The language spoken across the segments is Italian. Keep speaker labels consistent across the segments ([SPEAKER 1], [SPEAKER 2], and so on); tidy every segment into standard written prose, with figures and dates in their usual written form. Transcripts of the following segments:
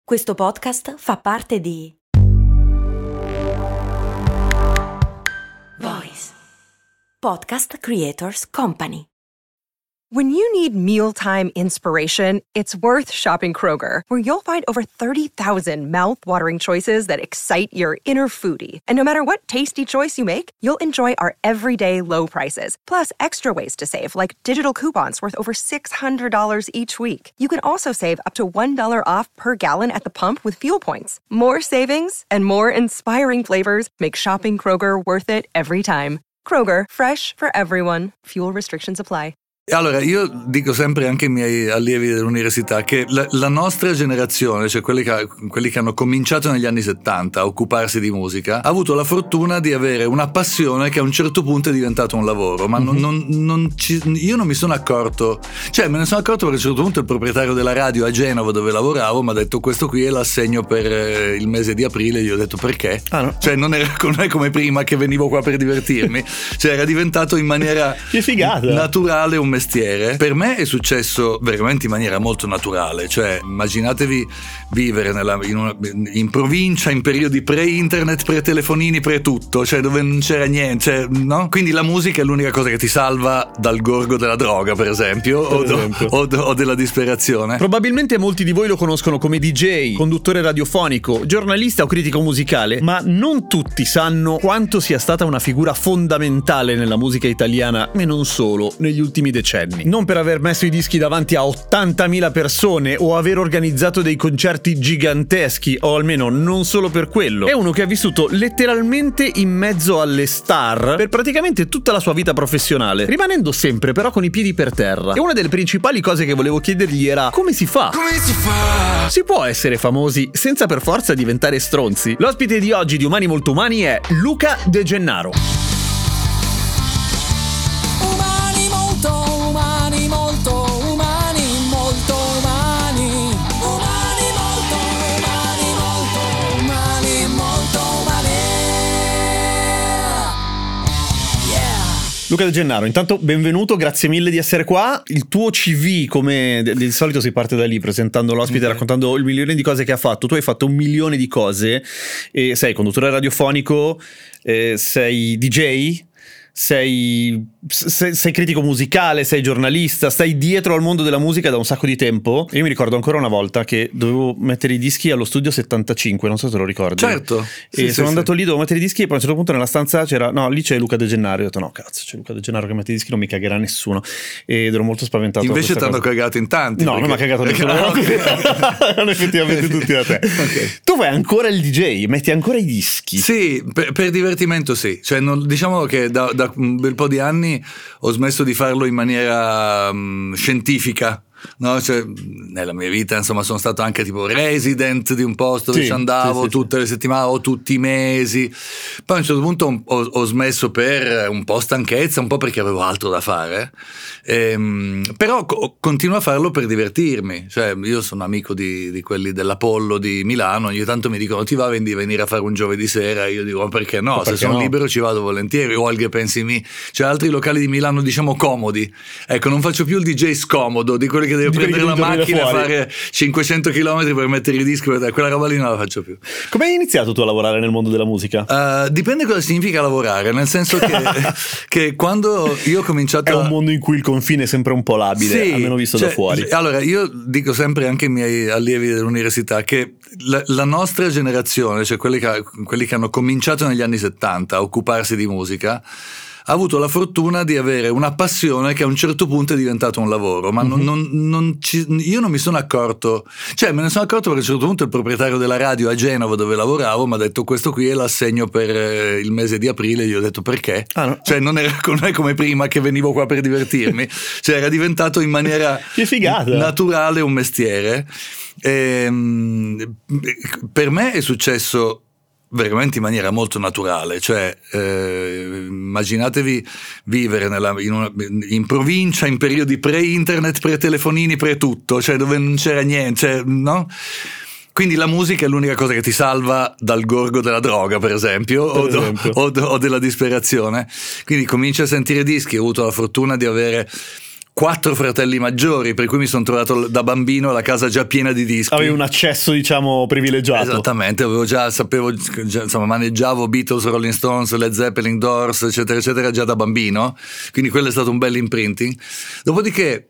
[SPEAKER 1] Questo podcast fa parte di Voice Podcast Creators Company.
[SPEAKER 2] When you need mealtime inspiration, it's worth shopping Kroger, where you'll find over 30,000 mouth-watering choices that excite your inner foodie. And no matter what tasty choice you make, you'll enjoy our everyday low prices, plus extra ways to save, like digital coupons worth over $600 each week. You can also save up to $1 off per gallon at the pump with fuel points. More savings and more inspiring flavors make shopping Kroger worth it every time. Kroger, fresh for everyone. Fuel restrictions apply.
[SPEAKER 3] Allora, io dico sempre anche ai miei allievi dell'università che la nostra generazione, cioè quelli che hanno cominciato negli anni 70 a occuparsi di musica, ha avuto la fortuna di avere una passione che a un certo punto è diventato un lavoro, ma io non mi sono accorto, cioè me ne sono accorto perché a un certo punto il proprietario della radio a Genova dove lavoravo mi ha detto: questo qui è l'assegno per il mese di aprile. Gli ho detto: perché? No. Cioè non è come prima che venivo qua per divertirmi, cioè era diventato in maniera naturale un mestiere. Per me è successo veramente in maniera molto naturale, cioè immaginatevi vivere in provincia in periodi pre-internet, pre-telefonini, pre-tutto, cioè dove non c'era niente, cioè, no? Quindi la musica è l'unica cosa che ti salva dal gorgo della droga, per esempio, o della disperazione.
[SPEAKER 4] Probabilmente molti di voi lo conoscono come DJ, conduttore radiofonico, giornalista o critico musicale, ma non tutti sanno quanto sia stata una figura fondamentale nella musica italiana, e non solo, negli ultimi decenni. Non per aver messo i dischi davanti a 80.000 persone o aver organizzato dei concerti giganteschi, o almeno non solo per quello. È uno che ha vissuto letteralmente in mezzo alle star per praticamente tutta la sua vita professionale, rimanendo sempre però con i piedi per terra. E una delle principali cose che volevo chiedergli era: come si fa? Si può essere famosi senza per forza diventare stronzi? L'ospite di oggi di Umani Molto Umani è Luca De Gennaro. Luca De Gennaro, intanto benvenuto, grazie mille di essere qua. Il tuo CV, come di solito si parte da lì presentando l'ospite, raccontando il milione di cose che ha fatto. Tu hai fatto 1 milione di cose e sei conduttore radiofonico, sei DJ, sei critico musicale, sei giornalista, stai dietro al mondo della musica da un sacco di tempo. Io mi ricordo ancora una volta che dovevo mettere i dischi allo studio 75, non so se te lo ricordi.
[SPEAKER 3] Certo.
[SPEAKER 4] E sono andato lì, dovevo mettere i dischi e poi a un certo punto nella stanza c'era, no, lì c'è Luca De Gennaro. Io ho detto: no cazzo, c'è Luca De Gennaro che mette i dischi, non mi cagherà nessuno. Ed ero molto spaventato.
[SPEAKER 3] Invece ti hanno cagato in tanti.
[SPEAKER 4] No, non mi ha cagato nessuno. Non effettivamente tutti da te. Okay. Tu fai ancora il DJ, metti ancora i dischi?
[SPEAKER 3] Sì, per divertimento sì. Cioè diciamo che da un bel po' di anni ho smesso di farlo in maniera scientifica. No, cioè, nella mia vita insomma sono stato anche tipo resident di un posto dove ci andavo tutte le settimane o tutti i mesi. Poi a un certo punto ho smesso per un po' stanchezza, un po' perché avevo altro da fare, però continuo a farlo per divertirmi. Cioè io sono amico di quelli dell'Apollo di Milano, ogni tanto mi dicono: ti va di venire a fare un giovedì sera? Io dico: ma perché no? Se sono libero ci vado volentieri. O Alghe Pensi Mi, cioè altri locali di Milano diciamo comodi. Ecco, non faccio più il DJ scomodo di quelli che devo prendere la macchina e fare 500 km per mettere i dischi, quella roba lì non la faccio più.
[SPEAKER 4] Come hai iniziato tu a lavorare nel mondo della musica?
[SPEAKER 3] Dipende cosa significa lavorare, nel senso che quando io ho cominciato...
[SPEAKER 4] È un mondo in cui il confine è sempre un po' labile, sì, almeno visto da fuori.
[SPEAKER 3] Allora, io dico sempre anche ai miei allievi dell'università che la nostra generazione, cioè quelli che hanno cominciato negli anni 70 a occuparsi di musica, ha avuto la fortuna di avere una passione che a un certo punto è diventato un lavoro, ma io non mi sono accorto, cioè me ne sono accorto perché a un certo punto il proprietario della radio a Genova dove lavoravo mi ha detto: questo qui è l'assegno per il mese di aprile. Gli ho detto: perché? Cioè non è come prima che venivo qua per divertirmi, cioè era diventato in maniera naturale un mestiere. Per me è successo veramente in maniera molto naturale, cioè immaginatevi vivere in provincia in periodi pre-internet, pre-telefonini, pre-tutto, cioè dove non c'era niente, cioè, no? Quindi la musica è l'unica cosa che ti salva dal gorgo della droga, per esempio, o della disperazione. Quindi cominci a sentire dischi. Ho avuto la fortuna di avere 4 fratelli maggiori, per cui mi sono trovato da bambino la casa già piena di dischi.
[SPEAKER 4] Avevi un accesso, diciamo, privilegiato.
[SPEAKER 3] Esattamente, sapevo, insomma, maneggiavo Beatles, Rolling Stones, Led Zeppelin, Doors, eccetera, eccetera, già da bambino, quindi quello è stato un bel imprinting. Dopodiché,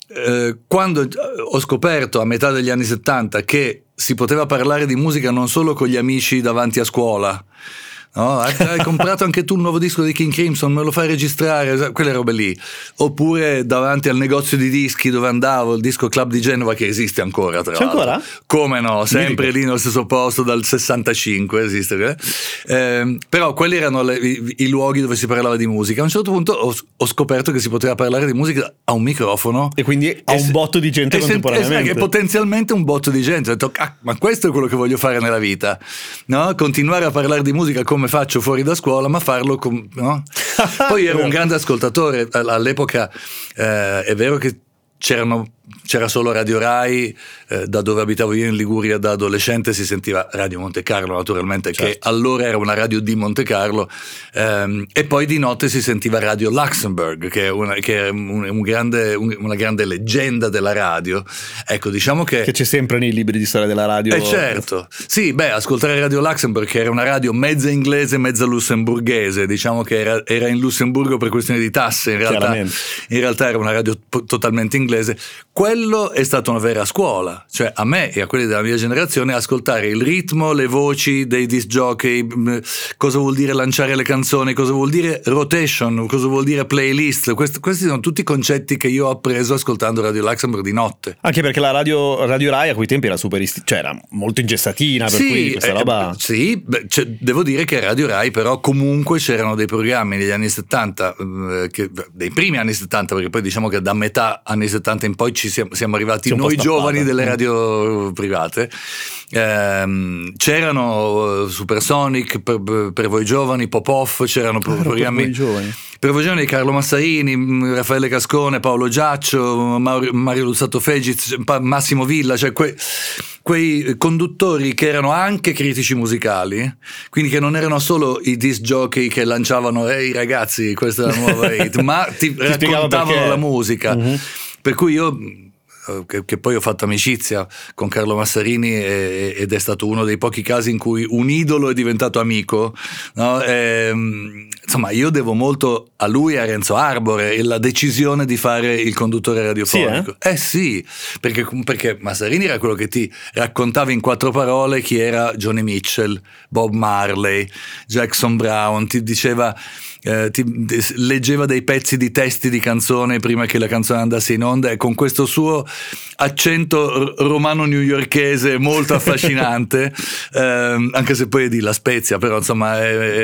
[SPEAKER 3] quando ho scoperto a metà degli anni 70 che si poteva parlare di musica non solo con gli amici davanti a scuola, no? Hai comprato anche tu un nuovo disco di King Crimson, me lo fai registrare, quelle robe lì, oppure davanti al negozio di dischi dove andavo, il Disco Club di Genova, che esiste ancora, tra l'altro.
[SPEAKER 4] C'è ancora?
[SPEAKER 3] Come no, sempre lì nello stesso posto dal 65 esiste, però quelli erano i luoghi dove si parlava di musica. A un certo punto ho scoperto che si poteva parlare di musica a un microfono
[SPEAKER 4] e quindi a un botto di gente contemporaneamente,
[SPEAKER 3] e potenzialmente un botto di gente. Ho detto, ma questo è quello che voglio fare nella vita, no? Continuare a parlare di musica come faccio fuori da scuola, ma farlo no? Poi ero un grande ascoltatore all'epoca, è vero che c'era solo Radio Rai, da dove abitavo io in Liguria da adolescente si sentiva Radio Monte Carlo, naturalmente, certo, che allora era una radio di Monte Carlo, e poi di notte si sentiva Radio Luxembourg, che è una grande leggenda della radio. Ecco, diciamo che
[SPEAKER 4] c'è sempre nei libri di storia della radio.
[SPEAKER 3] Certo, sì, ascoltare Radio Luxembourg, che era una radio mezza inglese, mezza lussemburghese, diciamo che era in Lussemburgo per questioni di tasse, in realtà era una radio totalmente inglese. Quello è stata una vera scuola, cioè a me e a quelli della mia generazione ascoltare il ritmo, le voci dei disc jockey, cosa vuol dire lanciare le canzoni, cosa vuol dire rotation, cosa vuol dire playlist, questi sono tutti concetti che io ho appreso ascoltando Radio Luxembourg di notte.
[SPEAKER 4] Anche perché la radio Rai a quei tempi era cioè era molto ingessatina, per cui questa roba...
[SPEAKER 3] Devo dire che Radio Rai però comunque c'erano dei programmi negli anni 70, dei primi anni 70, perché poi diciamo che da metà anni 70 in poi siamo arrivati noi giovani delle radio private. C'erano Supersonic per voi giovani, Pop-Off, c'erano programmi per voi giovani di Carlo Massarini, Raffaele Cascone, Paolo Giaccio, Mario Luzzato Fegiz, Massimo Villa, cioè quei conduttori che erano anche critici musicali, quindi che non erano solo i disc jockey che lanciavano ehi ragazzi questa è la nuova hit, ma ti raccontavano la musica. Per cui io, che poi ho fatto amicizia con Carlo Massarini ed è stato uno dei pochi casi in cui un idolo è diventato amico, no? Insomma, io devo molto a lui e a Renzo Arbore e la decisione di fare il conduttore radiofonico. Sì, perché Massarini era quello che ti raccontava in 4 parole chi era Joni Mitchell, Bob Marley, Jackson Brown, ti diceva... ti leggeva dei pezzi di testi di canzone prima che la canzone andasse in onda, e con questo suo accento romano newyorkese molto affascinante, anche se poi è di La Spezia, però insomma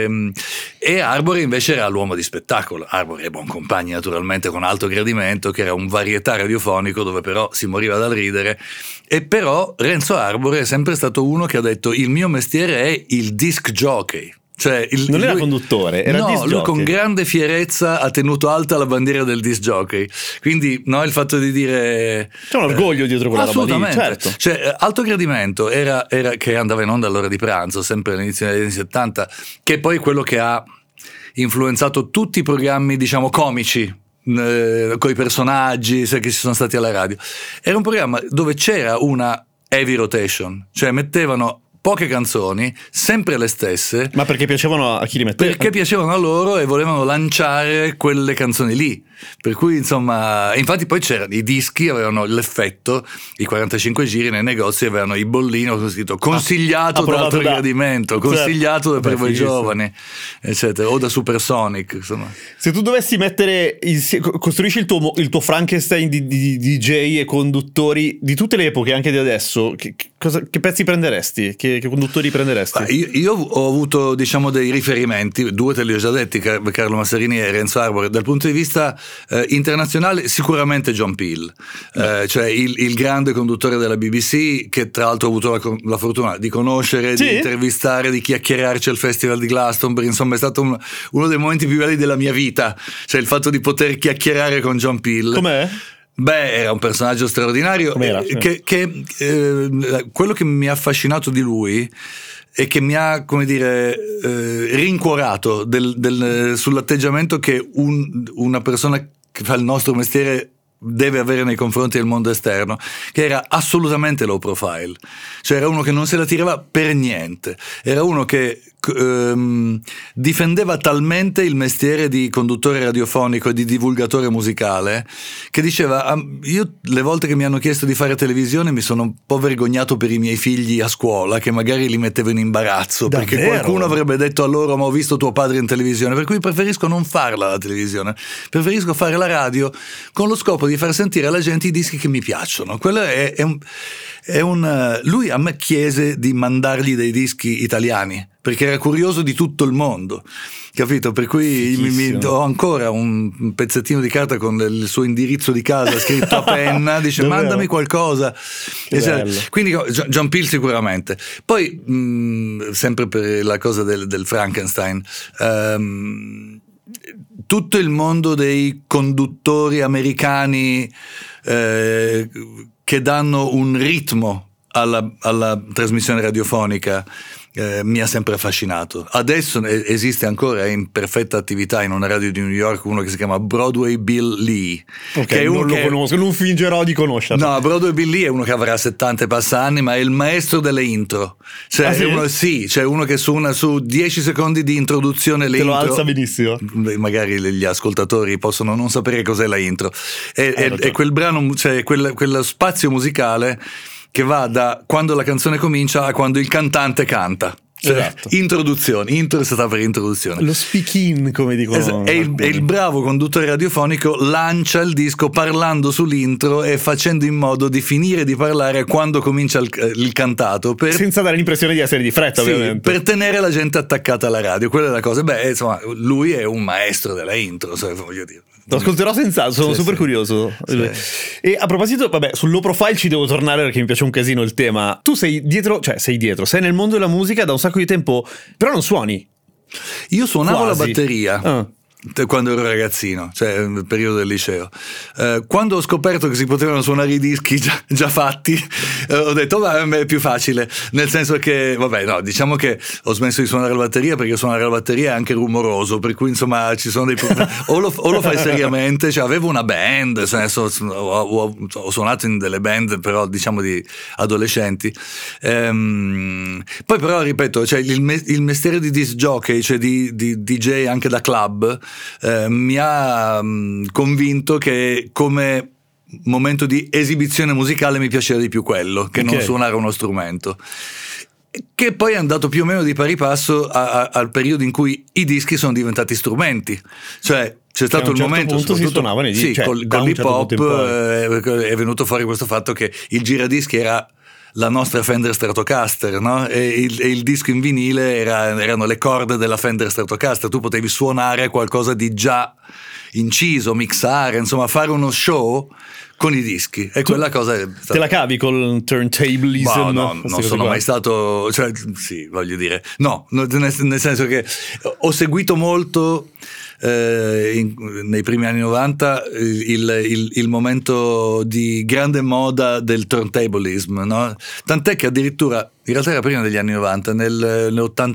[SPEAKER 3] e Arbore invece era l'uomo di spettacolo. Arbore è Boncompagni, naturalmente, con Alto Gradimento, che era un varietà radiofonico dove però si moriva dal ridere. E però Renzo Arbore è sempre stato uno che ha detto: il mio mestiere è il disc jockey. Cioè
[SPEAKER 4] non era conduttore, era disc jockey.
[SPEAKER 3] Lui con grande fierezza ha tenuto alta la bandiera del disc jockey. Quindi il fatto di dire...
[SPEAKER 4] C'è un orgoglio dietro quella roba lì, certo.
[SPEAKER 3] Cioè, Alto Gradimento era che andava in onda all'ora di pranzo, sempre all'inizio degli anni 70, che è poi quello che ha influenzato tutti i programmi, diciamo, comici, coi personaggi che ci sono stati alla radio. Era un programma dove c'era una heavy rotation, cioè mettevano poche canzoni, sempre le stesse.
[SPEAKER 4] Ma perché piacevano a chi li metteva?
[SPEAKER 3] Perché piacevano a loro e volevano lanciare quelle canzoni lì. Per cui insomma, infatti poi c'erano i dischi, avevano l'effetto, i 45 giri nei negozi avevano i bollini con scritto consigliato da Alto Gradimento, consigliato per voi giovani, eccetera, o da Supersonic, insomma.
[SPEAKER 4] Se tu dovessi costruisci il tuo Frankenstein di DJ e conduttori di tutte le epoche, anche di adesso, che pezzi prenderesti? Che conduttori prenderesti?
[SPEAKER 3] Io ho avuto, diciamo, dei riferimenti, 2 te li ho già detti, Carlo Massarini e Renzo Arbore. Dal punto di vista internazionale sicuramente John Peel, cioè il grande conduttore della BBC, che tra l'altro ho avuto la fortuna di conoscere, di intervistare, di chiacchierarci al Festival di Glastonbury. Insomma, è stato uno dei momenti più belli della mia vita, cioè il fatto di poter chiacchierare con John Peel.
[SPEAKER 4] Com'è?
[SPEAKER 3] Era un personaggio straordinario. Quello che mi ha affascinato di lui e che mi ha, come dire, rincuorato sull'atteggiamento che una persona che fa il nostro mestiere deve avere nei confronti del mondo esterno, che era assolutamente low profile, cioè era uno che non se la tirava per niente, era uno che difendeva talmente il mestiere di conduttore radiofonico e di divulgatore musicale che diceva: io le volte che mi hanno chiesto di fare televisione mi sono un po' vergognato per i miei figli a scuola, che magari li mettevo in imbarazzo.
[SPEAKER 4] Davvero?
[SPEAKER 3] Perché qualcuno avrebbe detto a loro: ma ho visto tuo padre in televisione, per cui preferisco non farla la televisione, preferisco fare la radio con lo scopo di far sentire alla gente i dischi che mi piacciono. Quello lui a me chiese di mandargli dei dischi italiani perché era curioso di tutto il mondo, capito? Per cui ho ancora un pezzettino di carta con il suo indirizzo di casa scritto a penna, dice mandami qualcosa. Quindi John Peel sicuramente. Poi sempre per la cosa del Frankenstein, tutto il mondo dei conduttori americani che danno un ritmo alla trasmissione radiofonica mi ha sempre affascinato. Adesso esiste ancora, è in perfetta attività in una radio di New York, uno che si chiama Broadway Bill Lee.
[SPEAKER 4] Che non lo conosco, non fingerò di conoscerlo.
[SPEAKER 3] No, Broadway Bill Lee è uno che avrà 70 e passa anni, ma è il maestro delle intro. Cioè, c'è uno che suona su 10 secondi di introduzione le intro.
[SPEAKER 4] Te lo alza benissimo.
[SPEAKER 3] Magari gli ascoltatori possono non sapere cos'è la intro. È quel brano, cioè quello spazio musicale che va da quando la canzone comincia a quando il cantante canta. Cioè,
[SPEAKER 4] esatto.
[SPEAKER 3] Introduzioni, intro sta per introduzione.
[SPEAKER 4] Lo speak-in, come dicono.
[SPEAKER 3] E il bravo conduttore radiofonico lancia il disco parlando sull'intro e facendo in modo di finire di parlare quando comincia il cantato,
[SPEAKER 4] senza dare l'impressione di essere di fretta, ovviamente.
[SPEAKER 3] Per tenere la gente attaccata alla radio. Quella è la cosa. Insomma, lui è un maestro della intro, voglio dire.
[SPEAKER 4] Lo ascolterò senz'altro, sono super curioso. Sì. E a proposito, sul low profile ci devo tornare perché mi piace un casino il tema. Tu sei dietro, sei nel mondo della musica da un sacco di tempo, però non suoni.
[SPEAKER 3] Io suonavo
[SPEAKER 4] quasi
[SPEAKER 3] la batteria. Quando ero ragazzino, cioè nel periodo del liceo, quando ho scoperto che si potevano suonare i dischi già fatti, ho detto vabbè, è più facile, nel senso che diciamo che ho smesso di suonare la batteria perché suonare la batteria è anche rumoroso, per cui insomma ci sono dei problemi. o lo fai seriamente, cioè avevo una band, ho suonato in delle band però diciamo di adolescenti, poi però ripeto, cioè il mestiere di disc jockey, cioè di DJ anche da club, mi ha convinto che come momento di esibizione musicale mi piaceva di più quello che non suonare uno strumento, che poi è andato più o meno di pari passo al periodo in cui i dischi sono diventati strumenti, cioè c'è stato il momento
[SPEAKER 4] punto si suonavano i dischi,
[SPEAKER 3] con l'hip hop è venuto fuori questo fatto che il giradischi era la nostra Fender Stratocaster, no? E il disco in vinile erano le corde della Fender Stratocaster. Tu potevi suonare qualcosa di già inciso, mixare, insomma fare uno show con i dischi, e quella cosa è stata...
[SPEAKER 4] Te la cavi col turntablism?
[SPEAKER 3] No, non sono mai stato, cioè, sì, voglio dire, no, nel senso che ho seguito molto nei primi anni 90 il momento di grande moda del turntablism, no? Tant'è che addirittura in realtà era prima degli anni 90, nel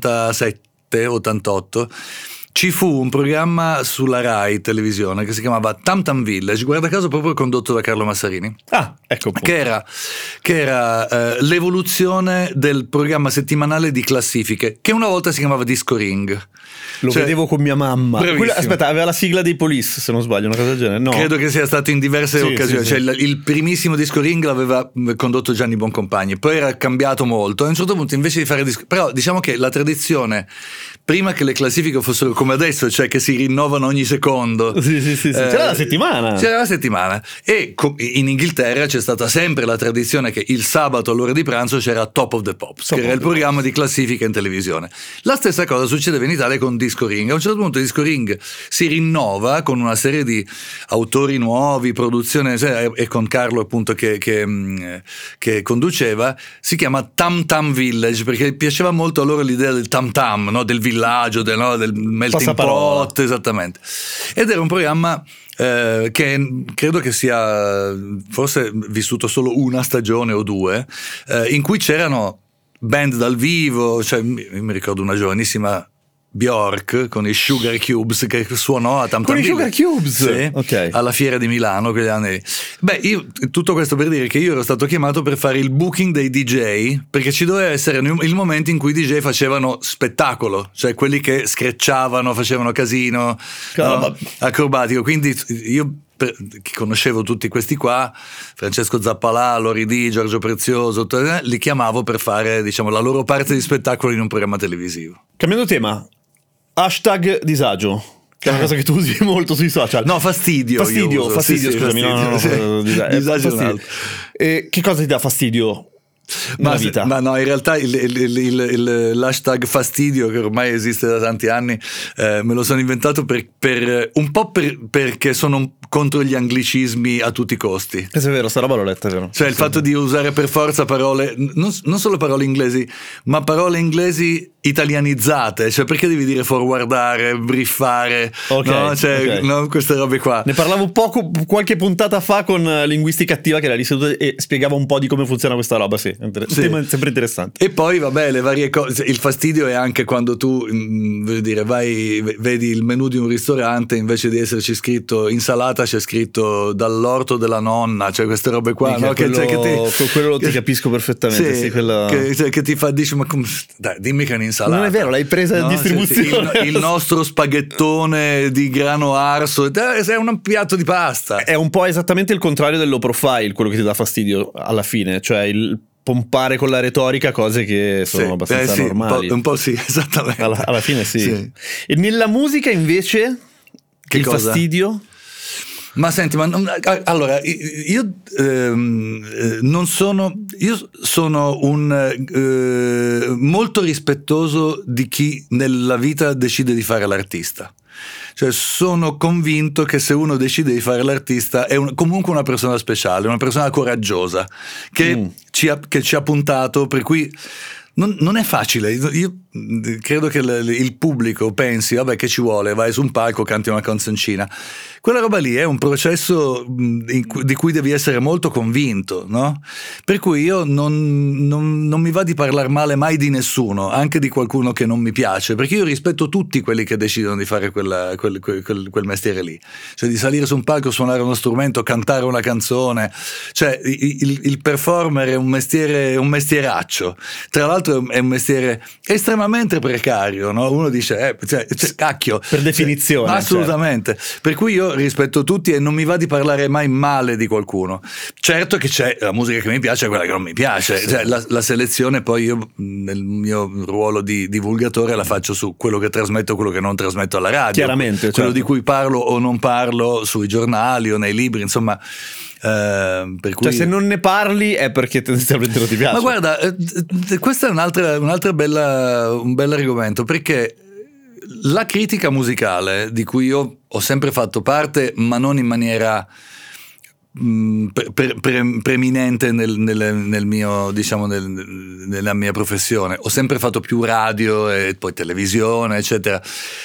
[SPEAKER 3] 87-88 ci fu un programma sulla Rai televisione che si chiamava Tam Tam Village, guarda caso proprio condotto da Carlo Massarini.
[SPEAKER 4] Ecco,
[SPEAKER 3] che era l'evoluzione del programma settimanale di classifiche, che una volta si chiamava Disco Ring.
[SPEAKER 4] Lo vedevo con mia mamma. Aspetta, aveva la sigla dei Police, se non sbaglio, una cosa del genere. No.
[SPEAKER 3] Credo che sia stato in diverse occasioni. Cioè, il primissimo Disco Ring l'aveva condotto Gianni Boncompagni, poi era cambiato molto. A un certo punto, invece di fare però diciamo che la tradizione, prima che le classifiche fossero come adesso, cioè che si rinnovano ogni secondo,
[SPEAKER 4] c'era la settimana. E in Inghilterra c'è stata sempre la tradizione che il sabato all'ora di pranzo c'era Top of the Pops, che era il programma di classifica in televisione. La stessa cosa succedeva in Italia con Disco Ring. A un certo punto Disco Ring si rinnova con una serie di autori nuovi, produzione, e con Carlo appunto che conduceva. Si chiama Tam Tam Village perché piaceva molto a loro l'idea del tam tam, no? Del villaggio, del melting pot, esattamente. Ed era un programma che credo che sia forse vissuto solo una stagione o due, in cui c'erano band dal vivo, cioè mi ricordo una giovanissima
[SPEAKER 3] Bjork con i Sugar Cubes, che suonò a Tam Tam
[SPEAKER 4] Con i
[SPEAKER 3] Village.
[SPEAKER 4] Sugar Cubes?
[SPEAKER 3] Sì,
[SPEAKER 4] Ok.
[SPEAKER 3] alla fiera di Milano quegli anni lì. Beh, io tutto questo per dire che io ero stato chiamato per fare il booking dei DJ, perché ci doveva essere il momento in cui i DJ facevano spettacolo, cioè quelli che screcciavano, facevano casino, no? Acrobatico. Quindi io che conoscevo tutti questi qua, Francesco Zappalà, Lori D, Giorgio Prezioso, li chiamavo per fare, diciamo, la loro parte di spettacolo in un programma televisivo.
[SPEAKER 4] Cambiando tema, hashtag disagio, che è una cosa che tu usi molto sui social.
[SPEAKER 3] No, fastidio,
[SPEAKER 4] Fastidio, scusami,
[SPEAKER 3] fastidio. Disagio è un altro.
[SPEAKER 4] Che cosa ti dà fastidio nella vita?
[SPEAKER 3] Ma no, in realtà l'hashtag fastidio, che ormai esiste da tanti anni, me lo sono inventato perché sono contro gli anglicismi a tutti i costi.
[SPEAKER 4] Questo è vero, sta roba l'ho letta, vero?
[SPEAKER 3] Cioè il fatto di usare per forza parole, non solo parole inglesi, ma parole inglesi italianizzate. Cioè perché devi dire forwardare, briefare, no? Cioè, no, queste robe qua.
[SPEAKER 4] Ne parlavo qualche puntata fa con Linguistica Attiva, che era lì seduta e spiegava un po' di come funziona questa roba, sì. Tema sempre interessante.
[SPEAKER 3] E poi vabbè, le varie cose. Il fastidio è anche quando tu voglio dire, vedi il menù di un ristorante, invece di esserci scritto insalata c'è scritto dall'orto della nonna, cioè queste robe qua, no?
[SPEAKER 4] Quello ti capisco perfettamente, sì,
[SPEAKER 3] che ti fa, dici, ma dai, dimmi che è un'insalata.
[SPEAKER 4] Non è vero, l'hai presa in distribuzione.
[SPEAKER 3] Il nostro spaghettone di grano arso è un piatto di pasta.
[SPEAKER 4] È un po' esattamente il contrario del low profile, quello che ti dà fastidio alla fine, cioè il pompare con la retorica cose che sono abbastanza normali.
[SPEAKER 3] Un po' sì, esattamente.
[SPEAKER 4] Alla fine sì. E nella musica invece
[SPEAKER 3] che cosa?
[SPEAKER 4] Fastidio?
[SPEAKER 3] Ma senti, allora io non sono, io sono un molto rispettoso di chi nella vita decide di fare l'artista. Cioè sono convinto che se uno decide di fare l'artista è comunque una persona speciale, una persona coraggiosa che ci ha puntato, per cui non è facile. Io credo che il pubblico pensi, vabbè, che ci vuole, vai su un palco, canti una canzoncina. Quella roba lì è un processo di cui devi essere molto convinto, no? Per cui io non mi va di parlare male mai di nessuno, anche di qualcuno che non mi piace, perché io rispetto tutti quelli che decidono di fare quel mestiere lì, cioè di salire su un palco, suonare uno strumento, cantare una canzone. Cioè il performer è un mestieraccio, tra l'altro è un mestiere estremamente precario, no? Uno dice cacchio,
[SPEAKER 4] per definizione,
[SPEAKER 3] assolutamente, certo. Per cui io rispetto tutti e non mi va di parlare mai male di qualcuno. Certo che c'è la musica che mi piace e quella che non mi piace, sì. Cioè, la selezione poi io nel mio ruolo di divulgatore la faccio su quello che trasmetto, quello che non trasmetto alla radio,
[SPEAKER 4] chiaramente,
[SPEAKER 3] quello
[SPEAKER 4] certo.
[SPEAKER 3] Di cui parlo o non parlo sui giornali o nei libri, insomma. Per cui...
[SPEAKER 4] Cioè se non ne parli è perché tendenzialmente non ti piace.
[SPEAKER 3] Ma guarda, questo è un bel argomento, perché la critica musicale, di cui io ho sempre fatto parte, ma non in maniera preeminente nel mio, diciamo, nella mia professione, ho sempre fatto più radio e poi televisione, eccetera.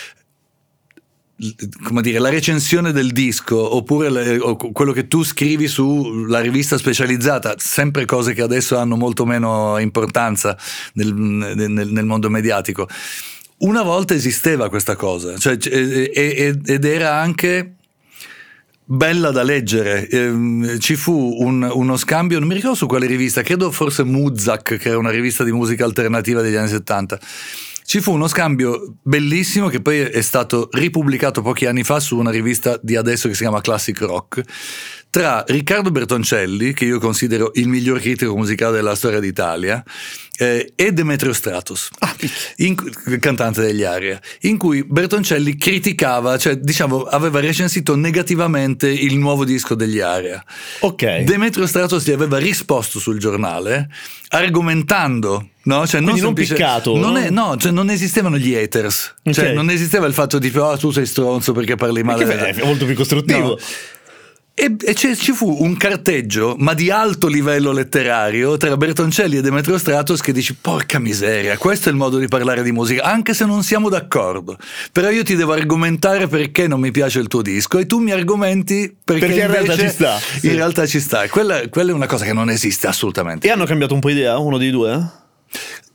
[SPEAKER 3] Come dire, la recensione del disco oppure quello che tu scrivi sulla rivista specializzata, sempre cose che adesso hanno molto meno importanza nel mondo mediatico. Una volta esisteva questa cosa, cioè, ed era anche bella da leggere. Ci fu uno scambio, non mi ricordo su quale rivista, credo forse Muzak, che era una rivista di musica alternativa degli anni 70. Ci fu uno scambio bellissimo che poi è stato ripubblicato pochi anni fa su una rivista di adesso che si chiama Classic Rock, tra Riccardo Bertoncelli, che io considero il miglior critico musicale della storia d'Italia, e Demetrio Stratos, cantante degli Aria, in cui Bertoncelli criticava, cioè diciamo aveva recensito negativamente il nuovo disco degli Aria.
[SPEAKER 4] Ok.
[SPEAKER 3] Demetrio Stratos gli aveva risposto sul giornale argomentando, no? Cioè
[SPEAKER 4] non piccato.
[SPEAKER 3] Cioè non esistevano gli haters, okay. Cioè non esisteva il fatto di tu sei stronzo perché parli male.
[SPEAKER 4] Perché è molto più costruttivo.
[SPEAKER 3] No. E ci fu un carteggio, ma di alto livello letterario, tra Bertoncelli e Demetrio Stratos, che dici porca miseria, questo è il modo di parlare di musica, anche se non siamo d'accordo, però io ti devo argomentare perché non mi piace il tuo disco e tu mi argomenti perché
[SPEAKER 4] in realtà ci sta.
[SPEAKER 3] In realtà ci sta. Quella è una cosa che non esiste assolutamente.
[SPEAKER 4] E hanno cambiato un po' idea, uno dei due?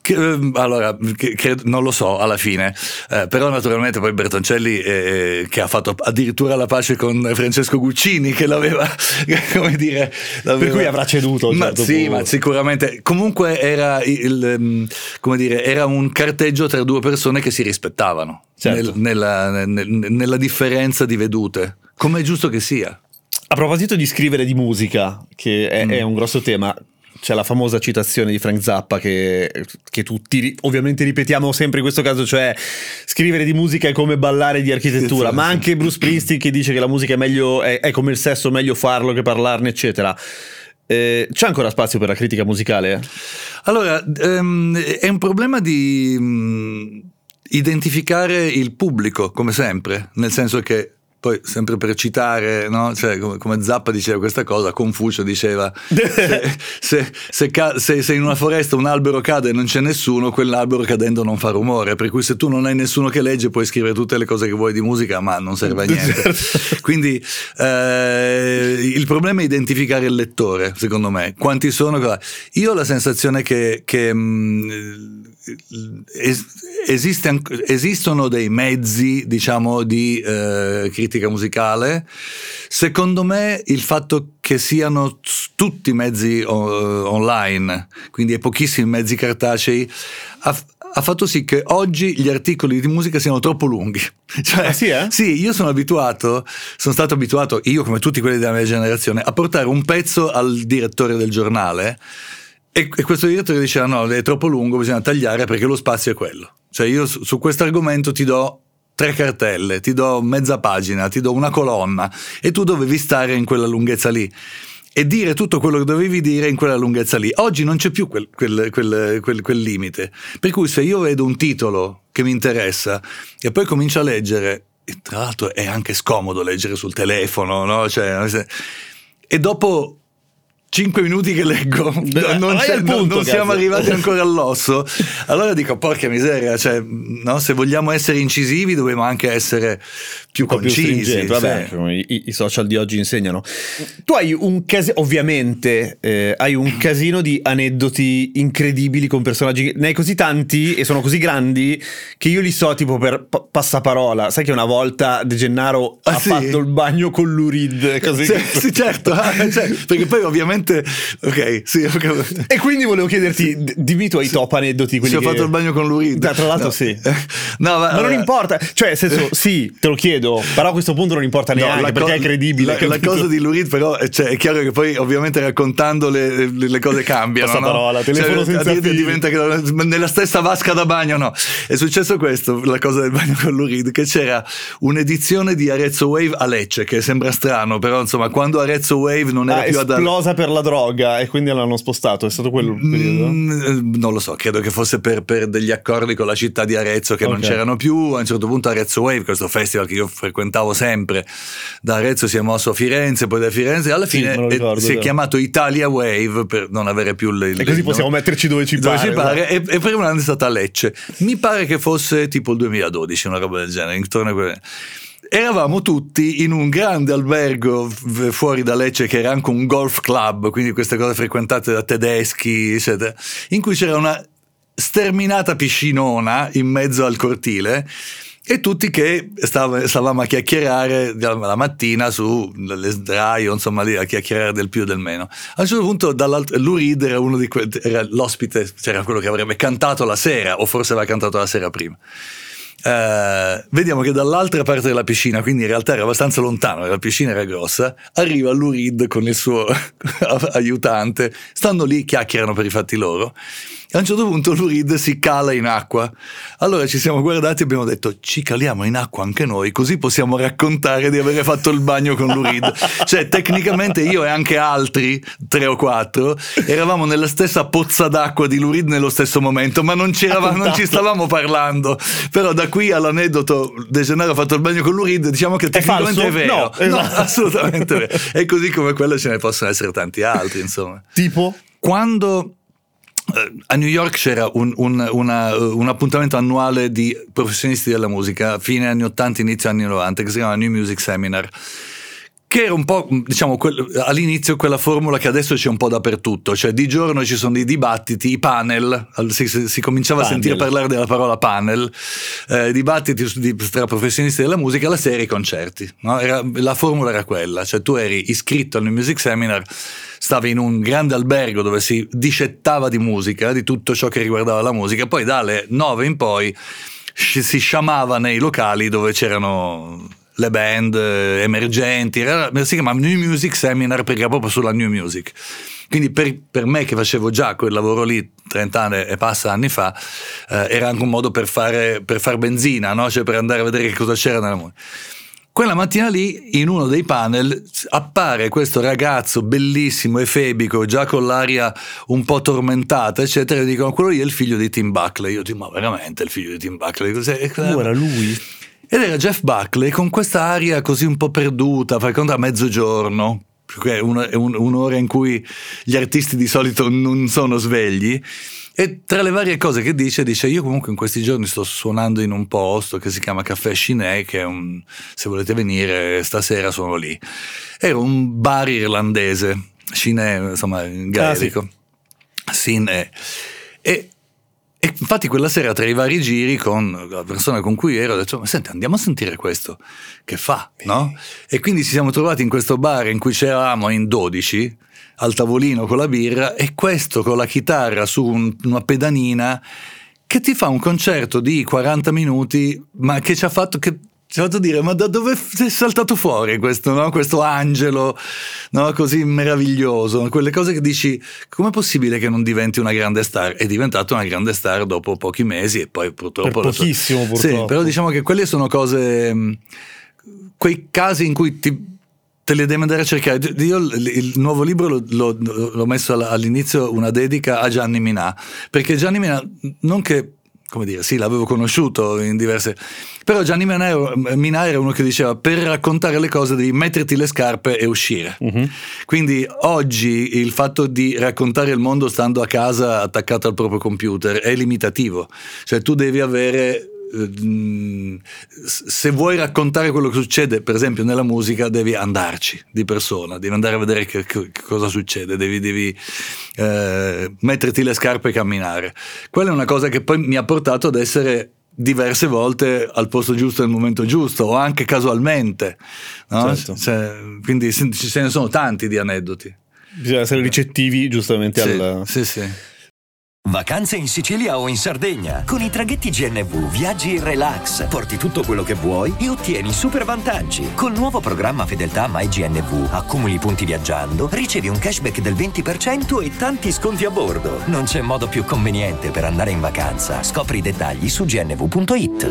[SPEAKER 3] Allora, non lo so alla fine, però naturalmente poi Bertoncelli che ha fatto addirittura la pace con Francesco Guccini, che l'aveva, come dire,
[SPEAKER 4] per cui avrà ceduto.
[SPEAKER 3] Ma sicuramente. Comunque era come dire, era un carteggio tra due persone che si rispettavano, certo, nella differenza di vedute, come è giusto che sia.
[SPEAKER 4] A proposito di scrivere di musica, che è un grosso tema, c'è la famosa citazione di Frank Zappa che tutti ovviamente ripetiamo sempre in questo caso, cioè scrivere di musica è come ballare di architettura, ma anche Bruce Springsteen che dice che la musica è come il sesso, meglio farlo che parlarne, eccetera. C'è ancora spazio per la critica musicale?
[SPEAKER 3] Allora, è un problema di identificare il pubblico, come sempre, nel senso che poi sempre per citare, no? Cioè, come Zappa diceva questa cosa, Confucio diceva se in una foresta un albero cade e non c'è nessuno, quell'albero cadendo non fa rumore, per cui se tu non hai nessuno che legge puoi scrivere tutte le cose che vuoi di musica, ma non serve a niente. Quindi il problema è identificare il lettore, secondo me. Quanti sono? Io ho la sensazione che esistono dei mezzi, diciamo, di critica musicale. Secondo me il fatto che siano tutti mezzi online, quindi pochissimi mezzi cartacei, ha fatto sì che oggi gli articoli di musica siano troppo lunghi. Cioè, sì, io sono stato abituato, io come tutti quelli della mia generazione, a portare un pezzo al direttore del giornale e questo direttore diceva no, è troppo lungo, bisogna tagliare perché lo spazio è quello. Cioè io su questo argomento ti do 3 cartelle, ti do mezza pagina, ti do una colonna e tu dovevi stare in quella lunghezza lì e dire tutto quello che dovevi dire in quella lunghezza lì. Oggi non c'è più quel limite, per cui se io vedo un titolo che mi interessa e poi comincio a leggere, e tra l'altro è anche scomodo leggere sul telefono, no? Cioè, e dopo 5 minuti che leggo non siamo arrivati ancora all'osso, allora dico porca miseria, cioè, no? Se vogliamo essere incisivi dobbiamo anche essere più concisi.
[SPEAKER 4] Vabbè, i social di oggi insegnano. Tu hai ovviamente hai un casino di aneddoti incredibili con personaggi, ne hai così tanti e sono così grandi che io li so tipo per passaparola. Sai che una volta De Gennaro ha fatto il bagno con l'Urid, così.
[SPEAKER 3] Sì, certo, cioè, perché poi ovviamente ok.
[SPEAKER 4] E quindi volevo chiederti, dimmi i tuoi top aneddoti.
[SPEAKER 3] Se ho fatto il bagno con l'Urid.
[SPEAKER 4] Tra l'altro sì. Ma non importa, cioè nel senso sì, te lo chiedo, però a questo punto non importa neanche perché è credibile.
[SPEAKER 3] La cosa di l'Urid però, cioè, è chiaro che poi ovviamente raccontando le cose cambiano,
[SPEAKER 4] passaparola, telefono senza fili.
[SPEAKER 3] Diventa che nella stessa vasca da bagno, no. È successo questo, la cosa del bagno con l'Urid, che c'era un'edizione di Arezzo Wave a Lecce, che sembra strano, però insomma quando Arezzo Wave non era più
[SPEAKER 4] esplosa per la droga e quindi l'hanno spostato, è stato quello il periodo?
[SPEAKER 3] Non lo so, credo che fosse per degli accordi con la città di Arezzo che non c'erano più. A un certo punto Arezzo Wave, questo festival che io frequentavo sempre, da Arezzo si è mosso a Firenze, poi da Firenze alla fine si è chiamato Italia Wave per non avere più e
[SPEAKER 4] così possiamo metterci dove ci pare.
[SPEAKER 3] E prima un anno è stata a Lecce, mi pare che fosse tipo il 2012, una roba del genere, intorno a quelle. Eravamo tutti in un grande albergo fuori da Lecce che era anche un golf club, quindi queste cose frequentate da tedeschi, eccetera, in cui c'era una sterminata piscinona in mezzo al cortile e tutti che stavamo a chiacchierare la mattina su le sdraio, insomma lì a chiacchierare del più e del meno. A un certo punto l'Urid era uno di quelli, era l'ospite, c'era quello che avrebbe cantato la sera o forse aveva cantato la sera prima. Vediamo che dall'altra parte della piscina, quindi in realtà era abbastanza lontano, la piscina era grossa, arriva l'Urid con il suo aiutante, stanno lì, chiacchierano per i fatti loro. A un certo punto l'Urid si cala in acqua, allora ci siamo guardati e abbiamo detto ci caliamo in acqua anche noi, così possiamo raccontare di avere fatto il bagno con l'Urid. Cioè tecnicamente io e anche altri 3 o 4 eravamo nella stessa pozza d'acqua di l'Urid nello stesso momento, ma non ci stavamo parlando. Però da qui all'aneddoto De Gennaro ha fatto il bagno con l'Urid, diciamo che tecnicamente è vero.
[SPEAKER 4] No, esatto.
[SPEAKER 3] No, assolutamente vero. E così come quello ce ne possono essere tanti altri, insomma.
[SPEAKER 4] Tipo?
[SPEAKER 3] Quando a New York c'era un appuntamento annuale di professionisti della musica, fine anni 80, inizio anni 90, che si chiama New Music Seminar, che era un po', diciamo, all'inizio quella formula che adesso c'è un po' dappertutto, cioè di giorno ci sono i dibattiti, i panel, si cominciava a sentire parlare della parola panel, dibattiti tra professionisti della musica, la sera i concerti, no? La formula era quella, cioè tu eri iscritto al New Music Seminar, stavi in un grande albergo dove si discettava di musica, di tutto ciò che riguardava la musica, poi dalle 9 in poi si sciamava nei locali dove c'erano le band emergenti, si chiamava New Music Seminar perché era proprio sulla New Music. Quindi per me che facevo già quel lavoro lì 30 anni e passa anni fa, era anche un modo per far benzina, no? Cioè per andare a vedere che cosa c'era nella musica. Quella mattina lì, in uno dei panel, appare questo ragazzo bellissimo, efebico, già con l'aria un po' tormentata, eccetera, e dicono: quello lì è il figlio di Tim Buckley. Io dico: ma veramente il figlio di Tim Buckley?
[SPEAKER 4] Era lui?
[SPEAKER 3] Ed era Jeff Buckley con questa aria così un po' perduta, fai conto a mezzogiorno, è un'ora in cui gli artisti di solito non sono svegli, e tra le varie cose che dice io comunque in questi giorni sto suonando in un posto che si chiama Caffè Chinet, che è se volete venire stasera sono lì. Era un bar irlandese, Chinet insomma in gaelico, Chinet. E infatti quella sera tra i vari giri con la persona con cui ero ho detto: ma senti, andiamo a sentire questo che fa, no? E quindi ci siamo trovati in questo bar in cui c'eravamo in 12 al tavolino con la birra, e questo con la chitarra su una pedanina che ti fa un concerto di 40 minuti, ma che ci ha fatto dire: ma da dove è saltato fuori questo, no? Questo angelo, no? Così meraviglioso, quelle cose che dici: com'è possibile che non diventi una grande star? È diventato una grande star dopo pochi mesi, e poi purtroppo
[SPEAKER 4] per pochissimo purtroppo.
[SPEAKER 3] Sì, però diciamo che quelle sono cose, quei casi in cui te li devi andare a cercare. Io il nuovo libro l'ho messo all'inizio, una dedica a Gianni Minà, perché Gianni Minà, non che, come dire, sì, l'avevo conosciuto in diverse, però Gianni Minà era uno che diceva: per raccontare le cose devi metterti le scarpe e uscire. Quindi oggi il fatto di raccontare il mondo stando a casa attaccato al proprio computer è limitativo, cioè tu devi avere, se vuoi raccontare quello che succede per esempio nella musica, devi andarci di persona, devi andare a vedere che cosa succede, devi metterti le scarpe e camminare. Quella è una cosa che poi mi ha portato ad essere diverse volte al posto giusto nel momento giusto, o anche casualmente, no?
[SPEAKER 4] Certo.
[SPEAKER 3] Quindi ce ne sono tanti di aneddoti.
[SPEAKER 4] Bisogna essere ricettivi giustamente
[SPEAKER 3] sì.
[SPEAKER 5] Vacanze in Sicilia o in Sardegna. Con i traghetti GNV viaggi in relax, porti tutto quello che vuoi e ottieni super vantaggi. Col nuovo programma Fedeltà MyGNV accumuli punti viaggiando, ricevi un cashback del 20% e tanti sconti a bordo. Non c'è modo più conveniente per andare in vacanza. Scopri i dettagli su gnv.it.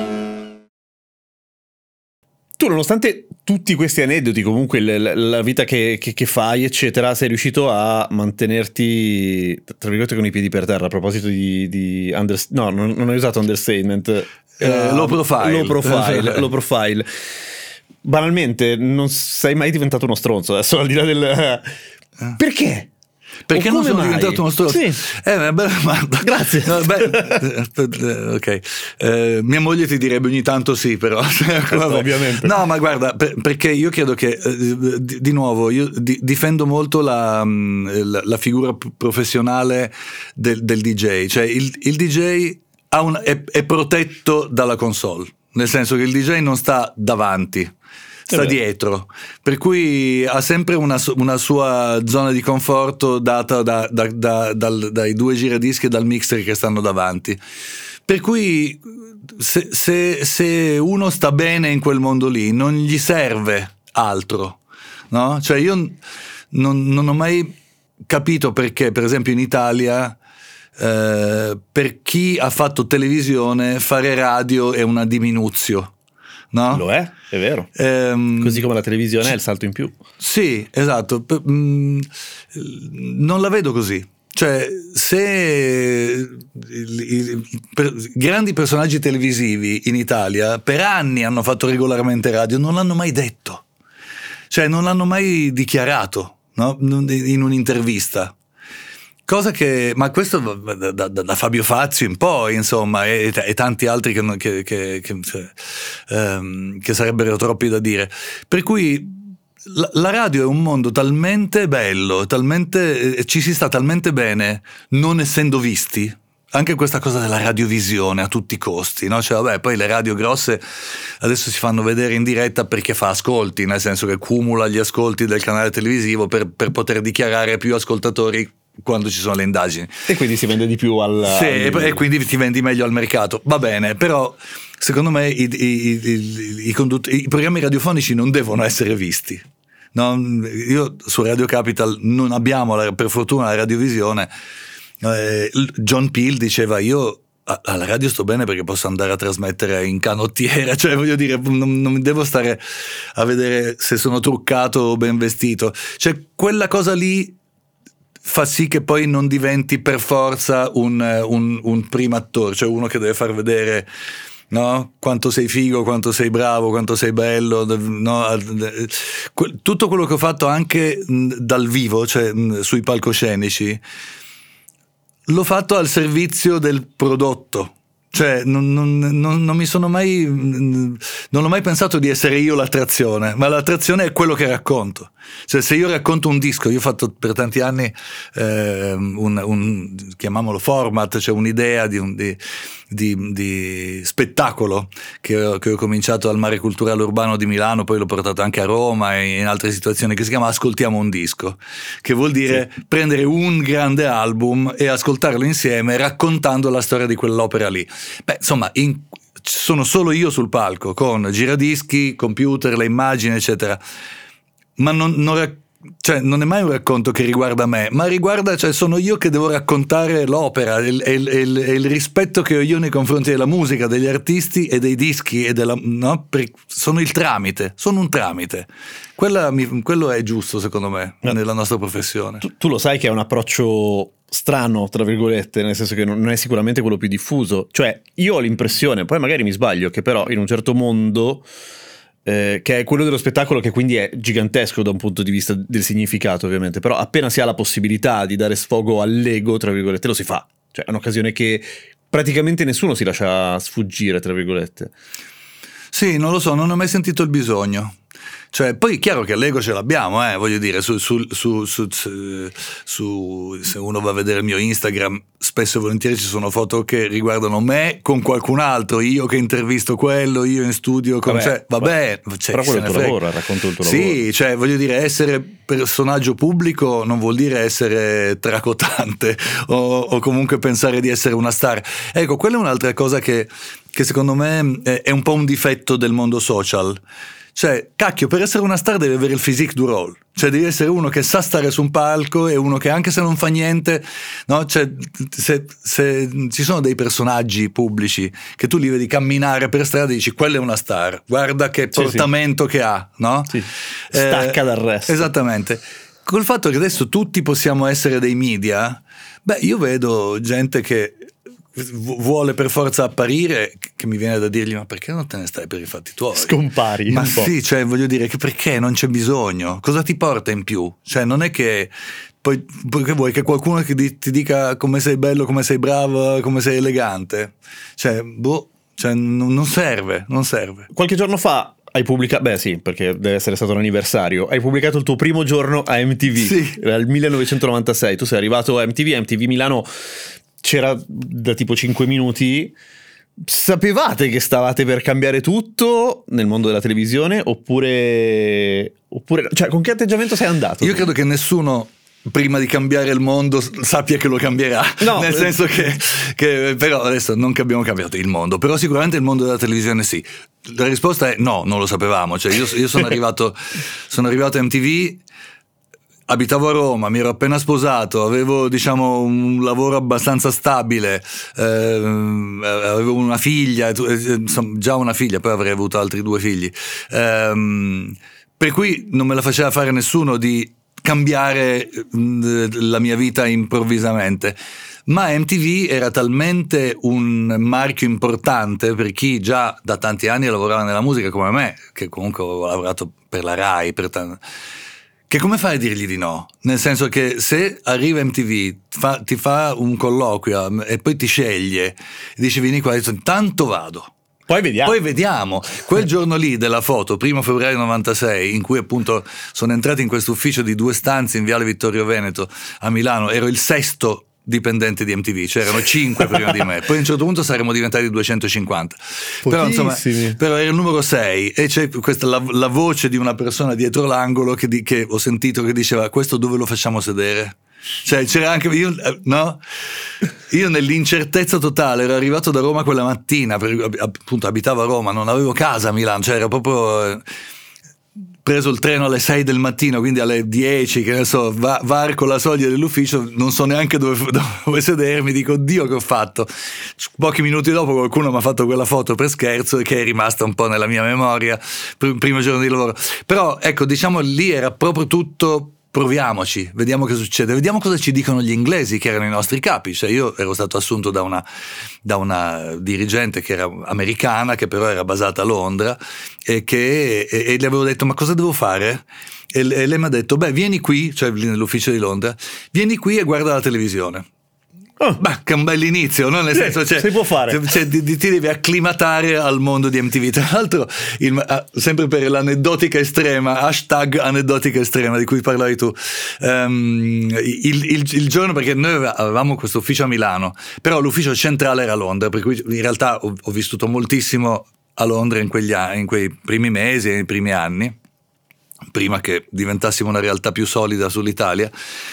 [SPEAKER 4] Tu, nonostante tutti questi aneddoti, comunque la vita che fai, eccetera, sei riuscito a mantenerti, tra virgolette, con i piedi per terra. A proposito di no, non hai usato understatement,
[SPEAKER 3] low profile.
[SPEAKER 4] Banalmente, non sei mai diventato uno stronzo, adesso, al di là del... Perché?
[SPEAKER 3] Perché non sono diventato uno stronzo?
[SPEAKER 4] Sì.
[SPEAKER 3] Una bella domanda.
[SPEAKER 4] Grazie.
[SPEAKER 3] No, ok. Mia moglie ti direbbe ogni tanto sì, però.
[SPEAKER 4] Ovviamente.
[SPEAKER 3] No, ma guarda, perché io credo che, di nuovo, io difendo molto la figura professionale del DJ. Cioè il DJ è protetto dalla console, nel senso che il DJ non sta davanti, sta dietro, per cui ha sempre una sua zona di conforto data dai due giradischi e dal mixer che stanno davanti, per cui se uno sta bene in quel mondo lì non gli serve altro, no? Cioè io non ho mai capito perché, per esempio in Italia, per chi ha fatto televisione fare radio è una diminuzio, no?
[SPEAKER 4] Lo è vero. Così come la televisione è il salto in più.
[SPEAKER 3] Sì, esatto. Non la vedo così. Cioè, se grandi personaggi televisivi in Italia per anni hanno fatto regolarmente radio, non l'hanno mai detto. Cioè, non l'hanno mai dichiarato, no? In un'intervista. Cosa che, ma questo da Fabio Fazio in poi, insomma, e tanti altri che sarebbero troppi da dire. Per cui la radio è un mondo talmente bello, ci si sta talmente bene non essendo visti. Anche questa cosa della radiovisione a tutti i costi, no? Cioè, vabbè, poi le radio grosse adesso si fanno vedere in diretta perché fa ascolti, nel senso che cumula gli ascolti del canale televisivo per poter dichiarare più ascoltatori quando ci sono le indagini.
[SPEAKER 4] E quindi si vende di più
[SPEAKER 3] e quindi ti vendi meglio al mercato. Va bene, però secondo me i programmi radiofonici non devono essere visti. No? Io su Radio Capital non abbiamo per fortuna la radiovisione. John Peel diceva: io alla radio sto bene perché posso andare a trasmettere in canottiera, cioè voglio dire, non devo stare a vedere se sono truccato o ben vestito, cioè quella cosa lì fa sì che poi non diventi per forza un primo attore, cioè uno che deve far vedere, no? Quanto sei figo, quanto sei bravo, quanto sei bello, no? Tutto quello che ho fatto anche dal vivo, cioè sui palcoscenici, l'ho fatto al servizio del prodotto, cioè non mi sono mai, non ho mai pensato di essere io l'attrazione, ma l'attrazione è quello che racconto. Cioè, se io racconto un disco, io ho fatto per tanti anni chiamiamolo format, cioè un'idea di spettacolo che ho cominciato al Mare Culturale Urbano di Milano, poi l'ho portato anche a Roma e in altre situazioni, che si chiama Ascoltiamo un disco, che vuol dire prendere un grande album e ascoltarlo insieme raccontando la storia di quell'opera lì. Beh, insomma, sono solo io sul palco con giradischi, computer, le immagini eccetera, ma non è mai un racconto che riguarda me, ma riguarda, cioè sono io che devo raccontare l'opera e il rispetto che ho io nei confronti della musica, degli artisti e dei dischi e sono il tramite, sono un tramite. Quello è giusto secondo me nella nostra professione.
[SPEAKER 4] Tu lo sai che è un approccio strano, tra virgolette, nel senso che non è sicuramente quello più diffuso. Cioè, io ho l'impressione, poi magari mi sbaglio, che però in un certo mondo che è quello dello spettacolo, che quindi è gigantesco da un punto di vista del significato ovviamente, però appena si ha la possibilità di dare sfogo all'ego, tra virgolette, lo si fa. Cioè è un'occasione che praticamente nessuno si lascia sfuggire, tra virgolette.
[SPEAKER 3] Sì, non lo so, non ho mai sentito il bisogno. Cioè, poi è chiaro che l'ego ce l'abbiamo, voglio dire, se uno va a vedere il mio Instagram, spesso e volentieri ci sono foto che riguardano me con qualcun altro, io che intervisto quello, io in studio con, vabbè,
[SPEAKER 4] però quello è il tuo lavoro, racconto il tuo lavoro.
[SPEAKER 3] Sì, cioè voglio dire, essere personaggio pubblico non vuol dire essere tracotante o comunque pensare di essere una star. Ecco, quella è un'altra cosa che secondo me è un po' un difetto del mondo social. Cioè, cacchio, per essere una star devi avere il physique du rôle, cioè devi essere uno che sa stare su un palco e uno che anche se non fa niente, no? Cioè, se ci sono dei personaggi pubblici che tu li vedi camminare per strada e dici quella è una star, guarda che portamento che ha, no?
[SPEAKER 4] Sì. Stacca dal resto.
[SPEAKER 3] Esattamente. Col fatto che adesso tutti possiamo essere dei media, beh, io vedo gente che vuole per forza apparire, che mi viene da dirgli ma perché non te ne stai per i fatti tuoi,
[SPEAKER 4] scompari
[SPEAKER 3] ma
[SPEAKER 4] un po'.
[SPEAKER 3] Sì, cioè voglio dire che perché non c'è bisogno, cosa ti porta in più, cioè non è che poi che vuoi che qualcuno che ti dica come sei bello, come sei bravo, come sei elegante, cioè non serve.
[SPEAKER 4] Qualche giorno fa hai pubblicato, beh sì, perché deve essere stato l'anniversario, hai pubblicato il tuo primo giorno a MTV,
[SPEAKER 3] sì.
[SPEAKER 4] Era il 1996, tu sei arrivato a MTV Milano, c'era da tipo 5 minuti. Sapevate che stavate per cambiare tutto nel mondo della televisione oppure cioè con che atteggiamento sei andato?
[SPEAKER 3] Io credo che nessuno prima di cambiare il mondo sappia che lo cambierà, no, nel senso che però adesso non che abbiamo cambiato il mondo, però sicuramente il mondo della televisione sì. La risposta è no, non lo sapevamo, cioè io sono arrivato a MTV, abitavo a Roma, mi ero appena sposato, avevo diciamo un lavoro abbastanza stabile, avevo una figlia, insomma, già una figlia, poi avrei avuto altri 2 figli, per cui non me la faceva fare nessuno di cambiare la mia vita improvvisamente. Ma MTV era talmente un marchio importante per chi già da tanti anni lavorava nella musica come me, che comunque ho lavorato per la Rai, che come fai a dirgli di no? Nel senso che se arriva MTV, ti fa un colloquio e poi ti sceglie, dici vieni qua, e dici, tanto vado,
[SPEAKER 4] Poi vediamo.
[SPEAKER 3] Quel giorno lì della foto, 1 febbraio 96, in cui appunto sono entrato in questo ufficio di 2 stanze in Viale Vittorio Veneto a Milano, ero il 6º dipendente di MTV, c'erano 5 prima di me, poi a un certo punto saremmo diventati 250, però insomma, però era il numero 6 e c'è questa la voce di una persona dietro l'angolo che ho sentito che diceva: questo dove lo facciamo sedere? Cioè c'era anche io nell'incertezza totale, ero arrivato da Roma quella mattina, appunto abitavo a Roma, non avevo casa a Milano, cioè era proprio preso il treno alle 6 del mattino, quindi alle 10, che ne so, varco la soglia dell'ufficio, non so neanche dove sedermi, dico: Dio, che ho fatto. Pochi minuti dopo qualcuno mi ha fatto quella foto per scherzo, che è rimasta un po' nella mia memoria, primo giorno di lavoro. Però ecco, diciamo, lì era proprio tutto: proviamoci, vediamo che succede, vediamo cosa ci dicono gli inglesi, che erano i nostri capi. Cioè io ero stato assunto da una dirigente che era americana, che però era basata a Londra, e le avevo detto: ma cosa devo fare? E lei mi ha detto: beh, vieni qui, cioè nell'ufficio di Londra, vieni qui e guarda la televisione. Beh, che è un bell'inizio, no? Nel senso, cioè,
[SPEAKER 4] si può fare.
[SPEAKER 3] Cioè, ti devi acclimatare al mondo di MTV. Tra l'altro, sempre per l'aneddotica estrema, hashtag aneddotica estrema di cui parlavi tu, il giorno, perché noi avevamo questo ufficio a Milano, però l'ufficio centrale era a Londra, per cui in realtà ho vissuto moltissimo a Londra in quei primi mesi e nei primi anni, prima che diventassimo una realtà più solida sull'Italia.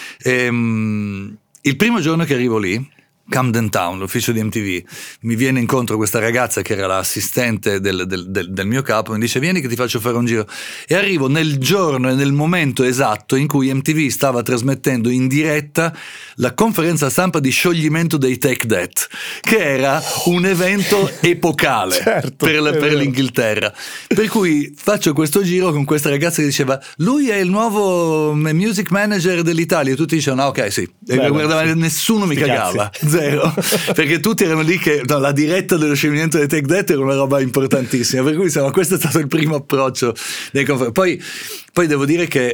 [SPEAKER 3] Il primo giorno che arrivo lì, Camden Town, l'ufficio di MTV, mi viene incontro questa ragazza che era l'assistente del mio capo, mi dice: vieni che ti faccio fare un giro. E arrivo nel giorno e nel momento esatto in cui MTV stava trasmettendo in diretta la conferenza stampa di scioglimento dei Take That, che era un evento epocale, certo, per l'Inghilterra. Per cui faccio questo giro con questa ragazza che diceva: lui è il nuovo music manager dell'Italia, e tutti dicevano: ah, ok, sì. E guardava, nessuno mi cagava. Perché tutti erano lì che la diretta dello scioglimento dei Take That era una roba importantissima, per cui insomma questo è stato il primo approccio nei confronti. Poi devo dire che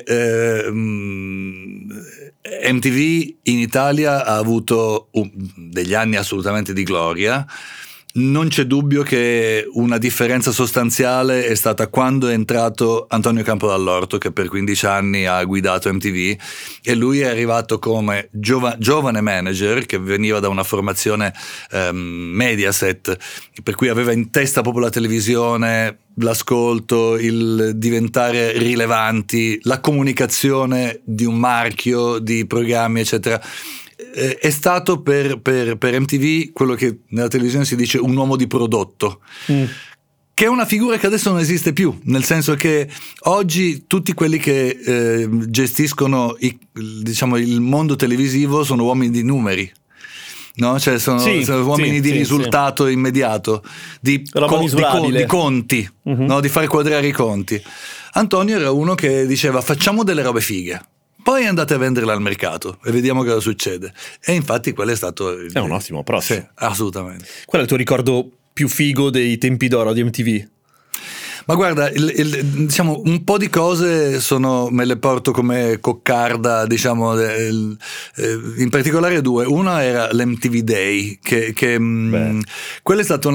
[SPEAKER 3] MTV in Italia ha avuto degli anni assolutamente di gloria. Non c'è dubbio che una differenza sostanziale è stata quando è entrato Antonio Campo Dall'Orto, che per 15 anni ha guidato MTV, e lui è arrivato come giovane manager che veniva da una formazione Mediaset, per cui aveva in testa proprio la televisione, l'ascolto, il diventare rilevanti, la comunicazione di un marchio, di programmi, eccetera. È stato per MTV quello che nella televisione si dice un uomo di prodotto, che è una figura che adesso non esiste più, nel senso che oggi tutti quelli che gestiscono il mondo televisivo sono uomini di numeri. No? Cioè sono uomini di risultato immediato, di conti, no? Di fare quadrare i conti. Antonio era uno che diceva: facciamo delle robe fighe, poi andate a venderla al mercato e vediamo cosa succede. E infatti quello è stato
[SPEAKER 4] è un ottimo approccio.
[SPEAKER 3] Sì, assolutamente.
[SPEAKER 4] Qual è il tuo ricordo più figo dei tempi d'oro di MTV?
[SPEAKER 3] Ma guarda, diciamo un po' di cose me le porto come coccarda, diciamo, in particolare 2. Una era l'MTV Day, che quella è stata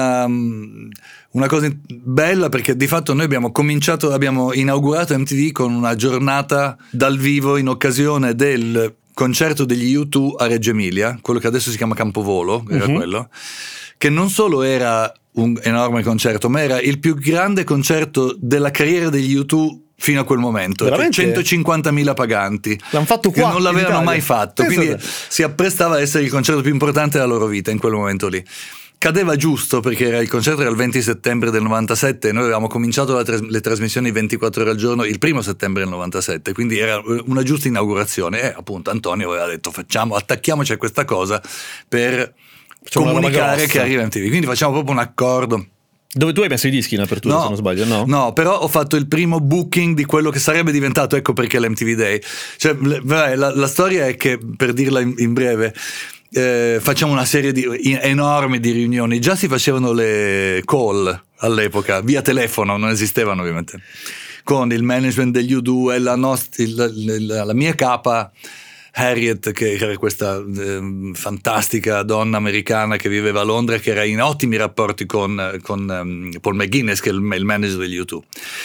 [SPEAKER 3] una cosa bella, perché di fatto noi abbiamo inaugurato MTV con una giornata dal vivo in occasione del concerto degli U2 a Reggio Emilia, quello che adesso si chiama Campovolo, era quello, che non solo era un enorme concerto, ma era il più grande concerto della carriera degli U2 fino a quel momento.
[SPEAKER 4] Veramente?
[SPEAKER 3] 150.000 paganti.
[SPEAKER 4] L'hanno fatto qua,
[SPEAKER 3] che non l'avevano mai fatto, quindi
[SPEAKER 4] Pensate.
[SPEAKER 3] si apprestava a essere il concerto più importante della loro vita in quel momento lì. Cadeva giusto, perché il concerto era il 20 settembre del 97 e noi avevamo cominciato le trasmissioni 24 ore al giorno il 1 settembre del 97, quindi era una giusta inaugurazione, e appunto Antonio aveva detto: attacchiamoci a questa cosa per comunicare che arriva MTV, quindi facciamo proprio un accordo.
[SPEAKER 4] Dove tu hai messo i dischi in apertura,
[SPEAKER 3] no,
[SPEAKER 4] se non sbaglio, no?
[SPEAKER 3] No, però ho fatto il primo booking di quello che sarebbe diventato, ecco perché l'MTV Day. Cioè, la storia è che, per dirla in breve, facciamo una serie enorme di riunioni. Già si facevano le call all'epoca via telefono, non esistevano ovviamente, con il management degli U2 e la mia capa Harriet, che era questa fantastica donna americana che viveva a Londra, che era in ottimi rapporti con Paul McGuinness, che è il manager degli U2.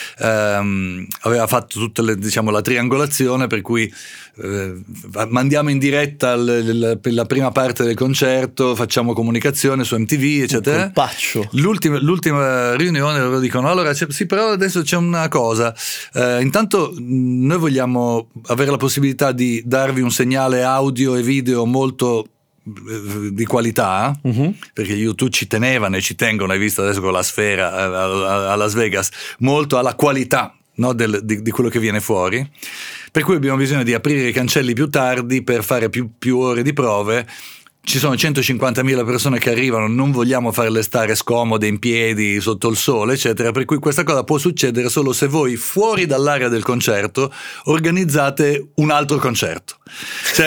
[SPEAKER 3] Aveva fatto tutta la triangolazione, per cui mandiamo in diretta la prima parte del concerto, facciamo comunicazione su MTV, eccetera. L'ultima riunione loro dicono: allora sì, però adesso c'è una cosa, intanto noi vogliamo avere la possibilità di darvi un segnale audio e video molto di qualità, perché gli U2 ci tenevano e ci tengono, hai visto adesso con la Sfera a Las Vegas, molto alla qualità, no, di quello che viene fuori, per cui abbiamo bisogno di aprire i cancelli più tardi per fare più ore di prove. Ci sono 150.000 persone che arrivano, non vogliamo farle stare scomode in piedi sotto il sole, eccetera, per cui questa cosa può succedere solo se voi fuori dall'area del concerto organizzate un altro concerto, cioè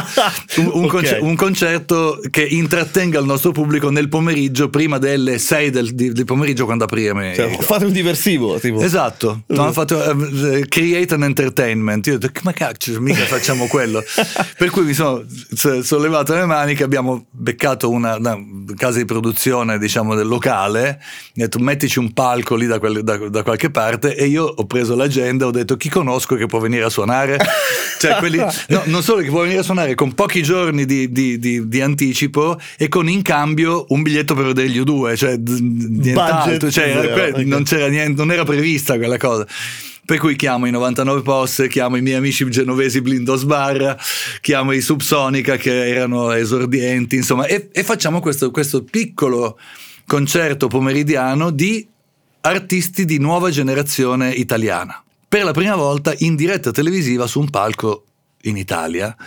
[SPEAKER 3] un concerto che intrattenga il nostro pubblico nel pomeriggio, prima delle 6 del pomeriggio, quando apriamo.
[SPEAKER 4] Cioè, fate un diversivo, tipo.
[SPEAKER 3] Esatto, hanno fatto create an entertainment. Io ho detto: ma cacchio, mica facciamo quello. Per cui mi sono sollevato le mani, che abbiamo beccato una casa di produzione, diciamo, del locale, mi ha detto: mettici un palco lì da qualche parte, e io ho preso l'agenda, ho detto: chi conosco che può venire a suonare? Cioè quelli, no, non solo che può venire a suonare, con pochi giorni di anticipo, e con in cambio un biglietto per vedere gli U2, cioè nient'altro, cioè non c'era niente, non era prevista quella cosa. Per cui chiamo i 99 Posse, chiamo i miei amici genovesi Blindos Bar, chiamo i Subsonica, che erano esordienti, insomma, e facciamo questo piccolo concerto pomeridiano di artisti di nuova generazione italiana, per la prima volta in diretta televisiva su un palco in Italia,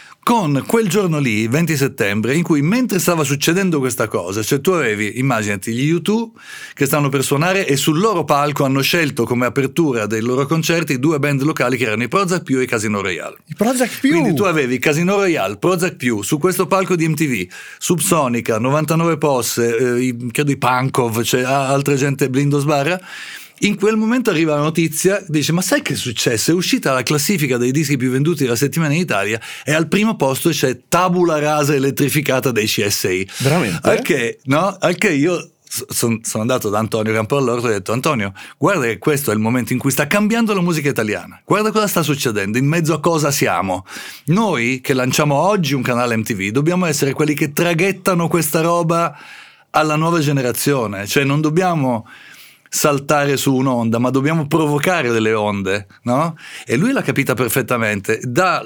[SPEAKER 3] con quel giorno lì, 20 settembre, in cui, mentre stava succedendo questa cosa, cioè tu avevi, immaginati, gli U2 che stanno per suonare, e sul loro palco hanno scelto come apertura dei loro concerti 2 band locali che erano i Prozac Più e i Casino Royale.
[SPEAKER 4] I Prozac Più?
[SPEAKER 3] Quindi tu avevi Casino Royale, Prozac Più, su questo palco di MTV, Subsonica, 99 Posse, credo i Pankov, cioè altra gente, Blindos Bar. In quel momento arriva la notizia, dice: ma sai che è successo? È uscita la classifica dei dischi più venduti della settimana in Italia, e al primo posto c'è Tabula Rasa elettrificata dei CSI.
[SPEAKER 4] Veramente?
[SPEAKER 3] Al che io sono andato da Antonio Campolorto e ho detto: Antonio, guarda che questo è il momento in cui sta cambiando la musica italiana, guarda cosa sta succedendo, in mezzo a cosa siamo. Noi che lanciamo oggi un canale MTV dobbiamo essere quelli che traghettano questa roba alla nuova generazione, cioè non dobbiamo saltare su un'onda, ma dobbiamo provocare delle onde, no? E lui l'ha capita perfettamente.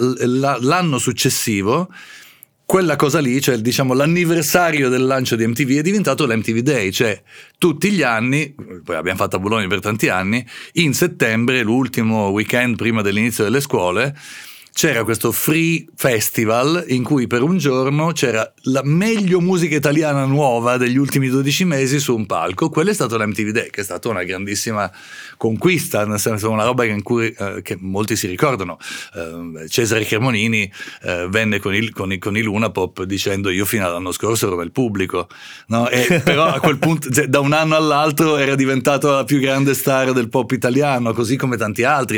[SPEAKER 3] L'anno successivo, quella cosa lì, cioè diciamo l'anniversario del lancio di MTV, è diventato l'MTV Day, cioè tutti gli anni, poi abbiamo fatto a Bologna per tanti anni, in settembre, l'ultimo weekend prima dell'inizio delle scuole, c'era questo free festival in cui per un giorno c'era la meglio musica italiana nuova degli ultimi 12 mesi su un palco. Quello è stato l'MTV Day, che è stata una grandissima conquista, nel senso, una roba in cui che molti si ricordano. Cesare Cremonini venne con i Luna Pop dicendo: io fino all'anno scorso ero il pubblico, no? E però a quel punto, cioè, da un anno all'altro era diventato la più grande star del pop italiano, così come tanti altri.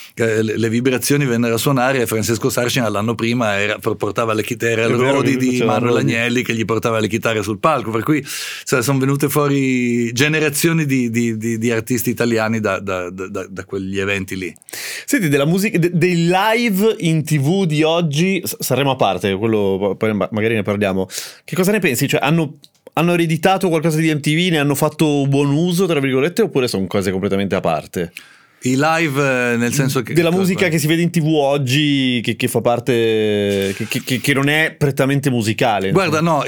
[SPEAKER 3] Le Vibrazioni vennero a suonare, e Francesco Sarcina l'anno prima portava le chitarre al Rodi di Manuel Agnelli, che gli portava le chitarre sul palco, per cui sono venute fuori generazioni di artisti italiani da quegli eventi lì.
[SPEAKER 4] Senti, della musica, dei live in TV di oggi, saremo a parte, quello poi magari ne parliamo. Che cosa ne pensi? Cioè, hanno ereditato qualcosa di MTV, ne hanno fatto buon uso, tra virgolette, oppure sono cose completamente a parte?
[SPEAKER 3] I live, nel senso che
[SPEAKER 4] della musica che si vede in TV oggi, che fa parte, che non è prettamente musicale.
[SPEAKER 3] Guarda, no,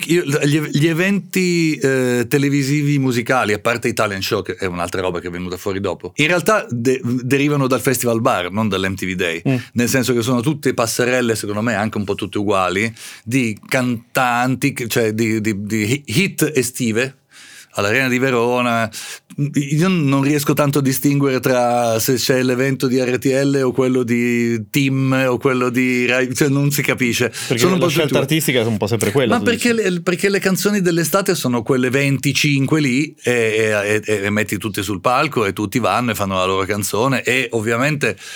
[SPEAKER 3] gli eventi televisivi musicali, a parte i talent show, che è un'altra roba che è venuta fuori dopo, in realtà derivano dal Festival Bar, non dall'MTV Day, nel senso che sono tutte passerelle, secondo me anche un po' tutte uguali, di cantanti, cioè di hit estive all'Arena di Verona. Io non riesco tanto a distinguere tra se c'è l'evento di RTL o quello di Tim o quello di Rai, cioè non si capisce.
[SPEAKER 4] Perché sono la scelta artistica è un po' sempre quella.
[SPEAKER 3] Ma perché le canzoni dell'estate sono quelle 25 lì, e metti tutte sul palco e tutti vanno e fanno la loro canzone, e ovviamente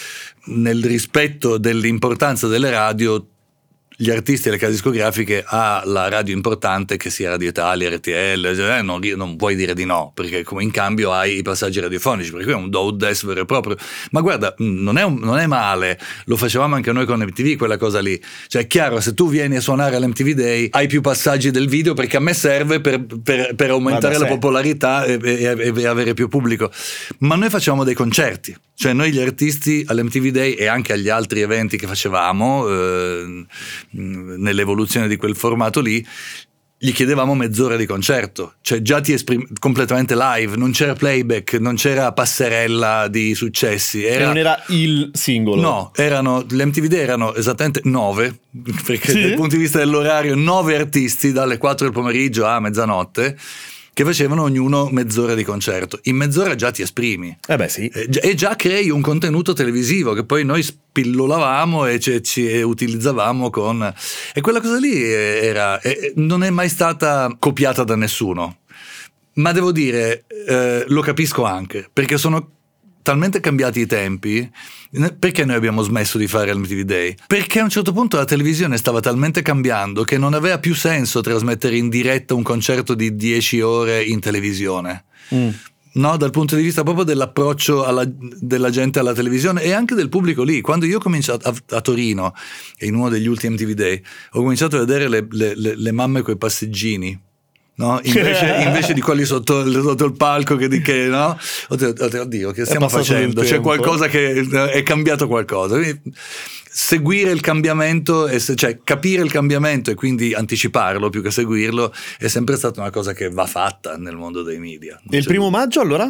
[SPEAKER 3] nel rispetto dell'importanza delle radio, gli artisti e le case discografiche alla radio importante, che sia Radio Italia, RTL, non puoi dire di no, perché come in cambio hai i passaggi radiofonici, perché è un do des vero e proprio. Ma guarda, non è male, lo facevamo anche noi con MTV, quella cosa lì. Cioè è chiaro, se tu vieni a suonare all'MTV Day hai più passaggi del video, perché a me serve per aumentare la popolarità e avere più pubblico. Ma noi facciamo dei concerti, cioè noi gli artisti all'MTV Day e anche agli altri eventi che facevamo nell'evoluzione di quel formato lì, gli chiedevamo mezz'ora di concerto, cioè già ti esprimi completamente live, non c'era playback, non c'era passerella di successi,
[SPEAKER 4] non era il singolo.
[SPEAKER 3] No, l'MTV Day erano esattamente 9, perché dal punto di vista dell'orario 9 artisti dalle 4 del pomeriggio a mezzanotte, che facevano ognuno mezz'ora di concerto. In mezz'ora già ti esprimi.
[SPEAKER 4] Sì.
[SPEAKER 3] E già crei un contenuto televisivo che poi noi spillolavamo e ci utilizzavamo con... E quella cosa lì non è mai stata copiata da nessuno. Ma devo dire, lo capisco anche, perché sono talmente cambiati i tempi. Perché noi abbiamo smesso di fare l'MTV Day? Perché a un certo punto la televisione stava talmente cambiando che non aveva più senso trasmettere in diretta un concerto di 10 ore in televisione. No, dal punto di vista proprio dell'approccio della gente alla televisione e anche del pubblico lì. Quando io ho cominciato a Torino, in uno degli ultimi MTV Day, ho cominciato a vedere le mamme coi passeggini, no? Invece di quelli sotto il palco che no? Oddio, che stiamo facendo? C'è qualcosa che è cambiato qualcosa. Quindi, seguire il cambiamento, cioè capire il cambiamento e quindi anticiparlo più che seguirlo, è sempre stata una cosa che va fatta nel mondo dei media.
[SPEAKER 4] E il 1° maggio allora?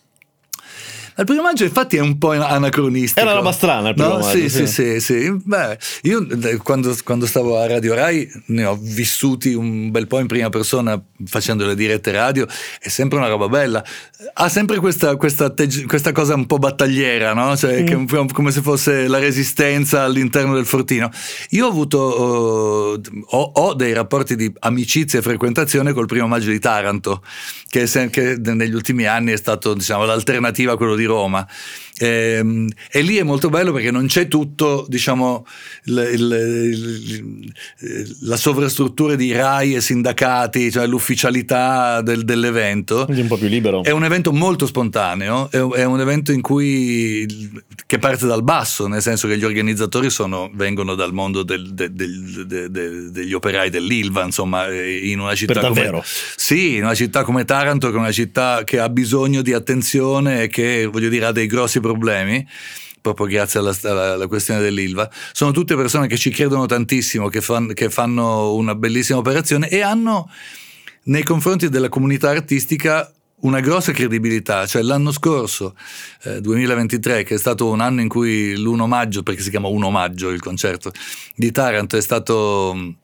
[SPEAKER 3] Il 1° maggio infatti è un po' anacronistico.
[SPEAKER 4] È una roba strana il 1° maggio.
[SPEAKER 3] Sì. Beh, io quando stavo a Radio Rai ne ho vissuti un bel po' in prima persona facendo le dirette radio, è sempre una roba bella. Ha sempre questa cosa un po' battagliera, no? Cioè che come se fosse la resistenza all'interno del fortino. Io ho avuto ho dei rapporti di amicizia e frequentazione col 1° maggio di Taranto, che negli ultimi anni è stato, diciamo, l'alternativa a quello di Roma. E lì è molto bello perché non c'è tutto, diciamo, la sovrastruttura di Rai e sindacati, cioè l'ufficialità dell'evento.
[SPEAKER 4] Quindi un po' più libero.
[SPEAKER 3] È un evento molto spontaneo, è un evento che parte dal basso, nel senso che gli organizzatori vengono dal mondo degli operai dell'Ilva, insomma, in una città in una città come Taranto, che è una città che ha bisogno di attenzione e che, voglio dire, ha dei grossi problemi proprio grazie alla questione dell'Ilva. Sono tutte persone che ci credono tantissimo, che fanno una bellissima operazione e hanno nei confronti della comunità artistica una grossa credibilità. Cioè l'anno scorso 2023, che è stato un anno in cui l'1 maggio, perché si chiama 1 maggio il concerto di Taranto, è stato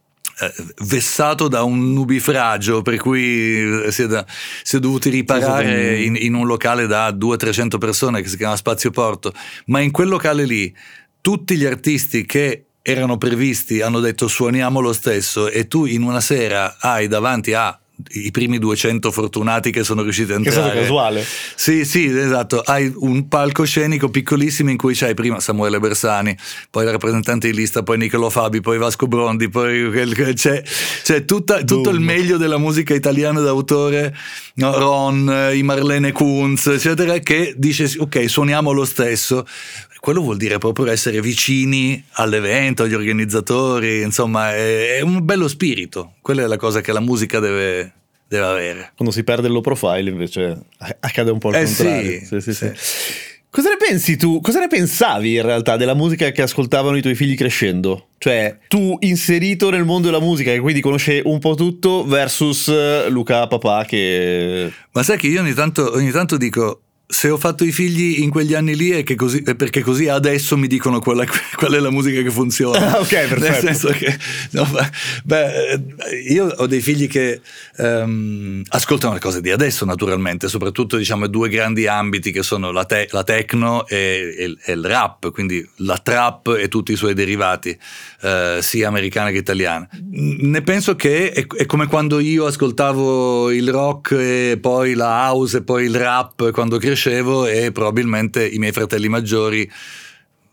[SPEAKER 3] vessato da un nubifragio, per cui si è dovuti riparare in un locale da 200-300 persone che si chiama Spazio Porto, ma in quel locale lì tutti gli artisti che erano previsti hanno detto suoniamo lo stesso, e tu in una sera hai davanti i primi 200 fortunati che sono riusciti a entrare.
[SPEAKER 4] Che è stato casuale.
[SPEAKER 3] Sì, esatto. Hai un palcoscenico piccolissimo in cui c'hai prima Samuele Bersani, poi il rappresentante di lista, poi Niccolò Fabi, poi Vasco Brondi, poi c'è tutto il meglio della musica italiana d'autore, no? Ron, i Marlene Kunz, eccetera, che dice ok, suoniamo lo stesso. Quello vuol dire proprio essere vicini all'evento, agli organizzatori, insomma è un bello spirito. Quella è la cosa che la musica deve avere.
[SPEAKER 4] Quando si perde il low profile invece accade un po' il contrario. Sì. Cosa ne pensi tu? Cosa ne pensavi in realtà della musica che ascoltavano i tuoi figli crescendo? Cioè, tu inserito nel mondo della musica, che quindi conosce un po' tutto, versus Luca papà che... Ma
[SPEAKER 3] sai che io ogni tanto dico, se ho fatto i figli in quegli anni lì è perché così adesso mi dicono qual è la musica che funziona.
[SPEAKER 4] Ok, perfetto.
[SPEAKER 3] Nel senso che io ho dei figli che ascoltano le cose di adesso, naturalmente, soprattutto, diciamo, 2 grandi ambiti che sono la techno e il rap, quindi la trap e tutti i suoi derivati, sia americana che italiana. Ne penso che è come quando io ascoltavo il rock e poi la house e poi il rap quando crescevo, e probabilmente i miei fratelli maggiori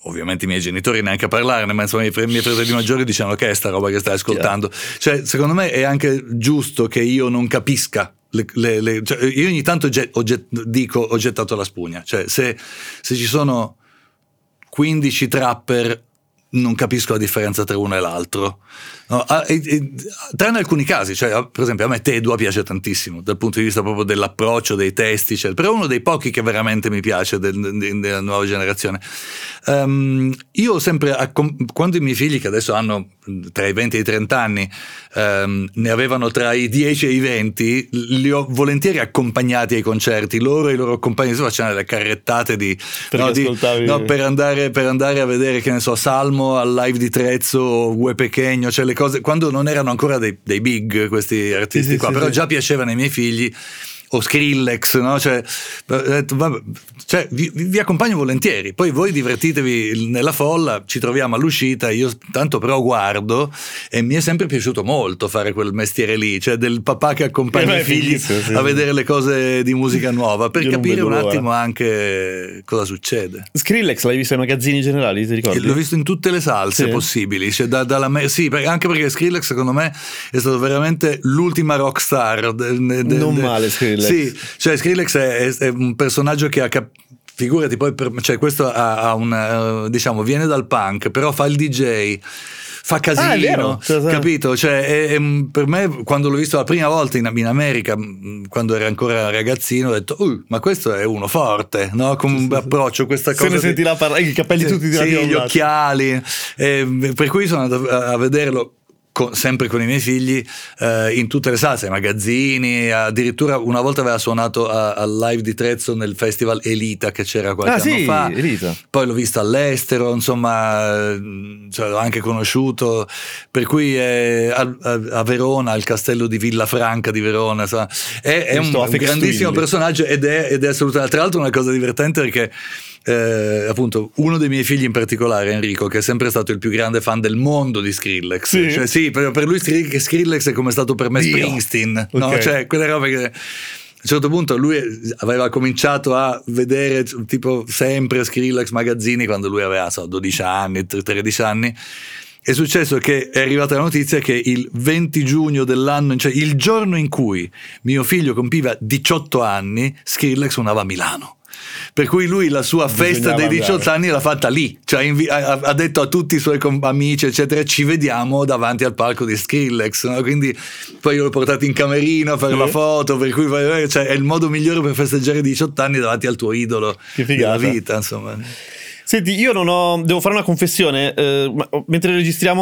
[SPEAKER 3] ovviamente i miei genitori neanche a parlarne, ma insomma i miei fratelli maggiori dicevano che è sta roba che stai ascoltando. Cioè, secondo me è anche giusto che io non capisca cioè, io ogni tanto dico ho gettato la spugna, cioè se ci sono 15 trapper non capisco la differenza tra uno e l'altro, no? Tranne alcuni casi, cioè per esempio a me Tedua piace tantissimo dal punto di vista proprio dell'approccio, dei testi, cioè, però è uno dei pochi che veramente mi piace della nuova generazione. Io ho sempre, quando i miei figli, che adesso hanno tra i 20 e i 30 anni, ne avevano tra i 10 e i 20, li ho volentieri accompagnati ai concerti, loro e i loro compagni facevano le carrettate per andare a vedere, che ne so, Salmo al live di Trezzo o Gue Pequeño, cioè le cose quando non erano ancora dei big questi artisti qua, però già piacevano ai miei figli, o Skrillex, no? Cioè vi accompagno volentieri, poi voi divertitevi nella folla, ci troviamo all'uscita, io tanto però guardo, e mi è sempre piaciuto molto fare quel mestiere lì, cioè del papà che accompagna i figli a vedere le cose di musica nuova, per capire un attimo anche cosa succede.
[SPEAKER 4] Skrillex l'hai visto ai magazzini generali, ti ricordi?
[SPEAKER 3] L'ho visto in tutte le salse possibili, cioè sì, anche perché Skrillex secondo me è stato veramente l'ultima rockstar
[SPEAKER 4] non male Skrillex.
[SPEAKER 3] Sì, cioè Skrillex è un personaggio che figurati poi, cioè questo ha diciamo viene dal punk, però fa il DJ, fa casino, capito? Cioè per me, quando l'ho visto la prima volta in America, quando era ancora ragazzino, ho detto ma questo è uno forte, no? Con un approccio, questa cosa,
[SPEAKER 4] se ne senti i capelli tutti tirati,
[SPEAKER 3] gli occhiali, per cui sono andato a vederlo sempre con i miei figli in tutte le salse, ai magazzini, addirittura una volta aveva suonato al live di Trezzo nel festival Elita che c'era qualche anno fa.
[SPEAKER 4] Elita.
[SPEAKER 3] Poi l'ho visto all'estero, insomma, cioè, l'ho anche conosciuto, per cui a Verona, al castello di Villafranca di Verona, insomma, è un grandissimo personaggio ed è assolutamente, tra l'altro una cosa divertente perché appunto uno dei miei figli in particolare, Enrico, che è sempre stato il più grande fan del mondo di Skrillex, cioè sì, per lui Skrillex è come stato per me Springsteen, no? Cioè quelle robe che a un certo punto lui aveva cominciato a vedere tipo sempre Skrillex magazzini quando lui aveva 12 anni, 13 anni. È successo che è arrivata la notizia che il 20 giugno dell'anno, cioè il giorno in cui mio figlio compiva 18 anni, Skrillex suonava a Milano. Per cui lui la sua festa dei 18 anni l'ha fatta lì, cioè ha detto a tutti i suoi amici eccetera, ci vediamo davanti al palco di Skrillex, no? Quindi poi l'ho portato in camerino a fare la foto, per cui cioè, è il modo migliore per festeggiare i 18 anni davanti al tuo idolo della vita, insomma.
[SPEAKER 4] Senti, io devo fare una confessione, mentre registriamo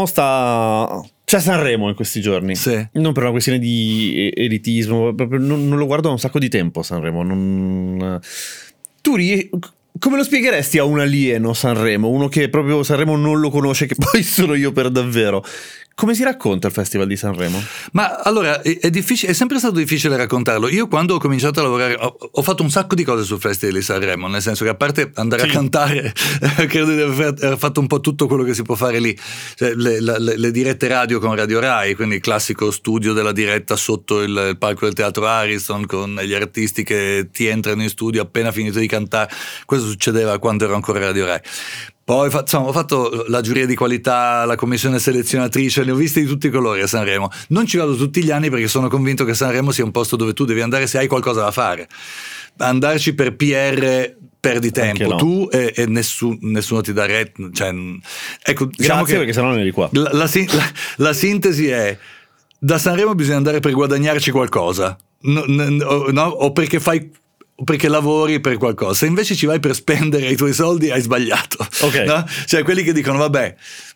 [SPEAKER 4] c'è Sanremo in questi giorni, non per una questione di elitismo, proprio non lo guardo da un sacco di tempo Sanremo, tu come lo spiegheresti a un alieno Sanremo, uno che proprio Sanremo non lo conosce, che poi sono io per davvero? Come si racconta il Festival di Sanremo? Ma allora è difficile, è sempre stato difficile raccontarlo. Io quando ho cominciato a lavorare ho fatto un sacco di cose sul Festival di Sanremo, nel senso che a parte andare a cantare, credo di aver fatto un po' tutto quello che si può fare lì, cioè, le dirette radio con Radio Rai, quindi il classico studio della diretta sotto il palco del Teatro Ariston con gli artisti che ti entrano in studio appena finito di cantare. Questo succedeva quando ero ancora Radio Rai. Poi ho fatto la giuria di qualità, la commissione selezionatrice, ne ho viste di tutti i colori a Sanremo. Non ci vado tutti gli anni perché sono convinto che Sanremo sia un posto dove tu devi andare se hai qualcosa da fare. Andarci per PR perdi tempo, no. Tu e nessuno ti dà cioè, ecco, diciamo grazie, perché sennò non eri qua.
[SPEAKER 3] La sintesi è: da Sanremo bisogna andare per guadagnarci qualcosa, no? O perché lavori per qualcosa. Se invece ci vai per spendere i tuoi soldi, hai sbagliato, no? Cioè quelli che dicono vabbè,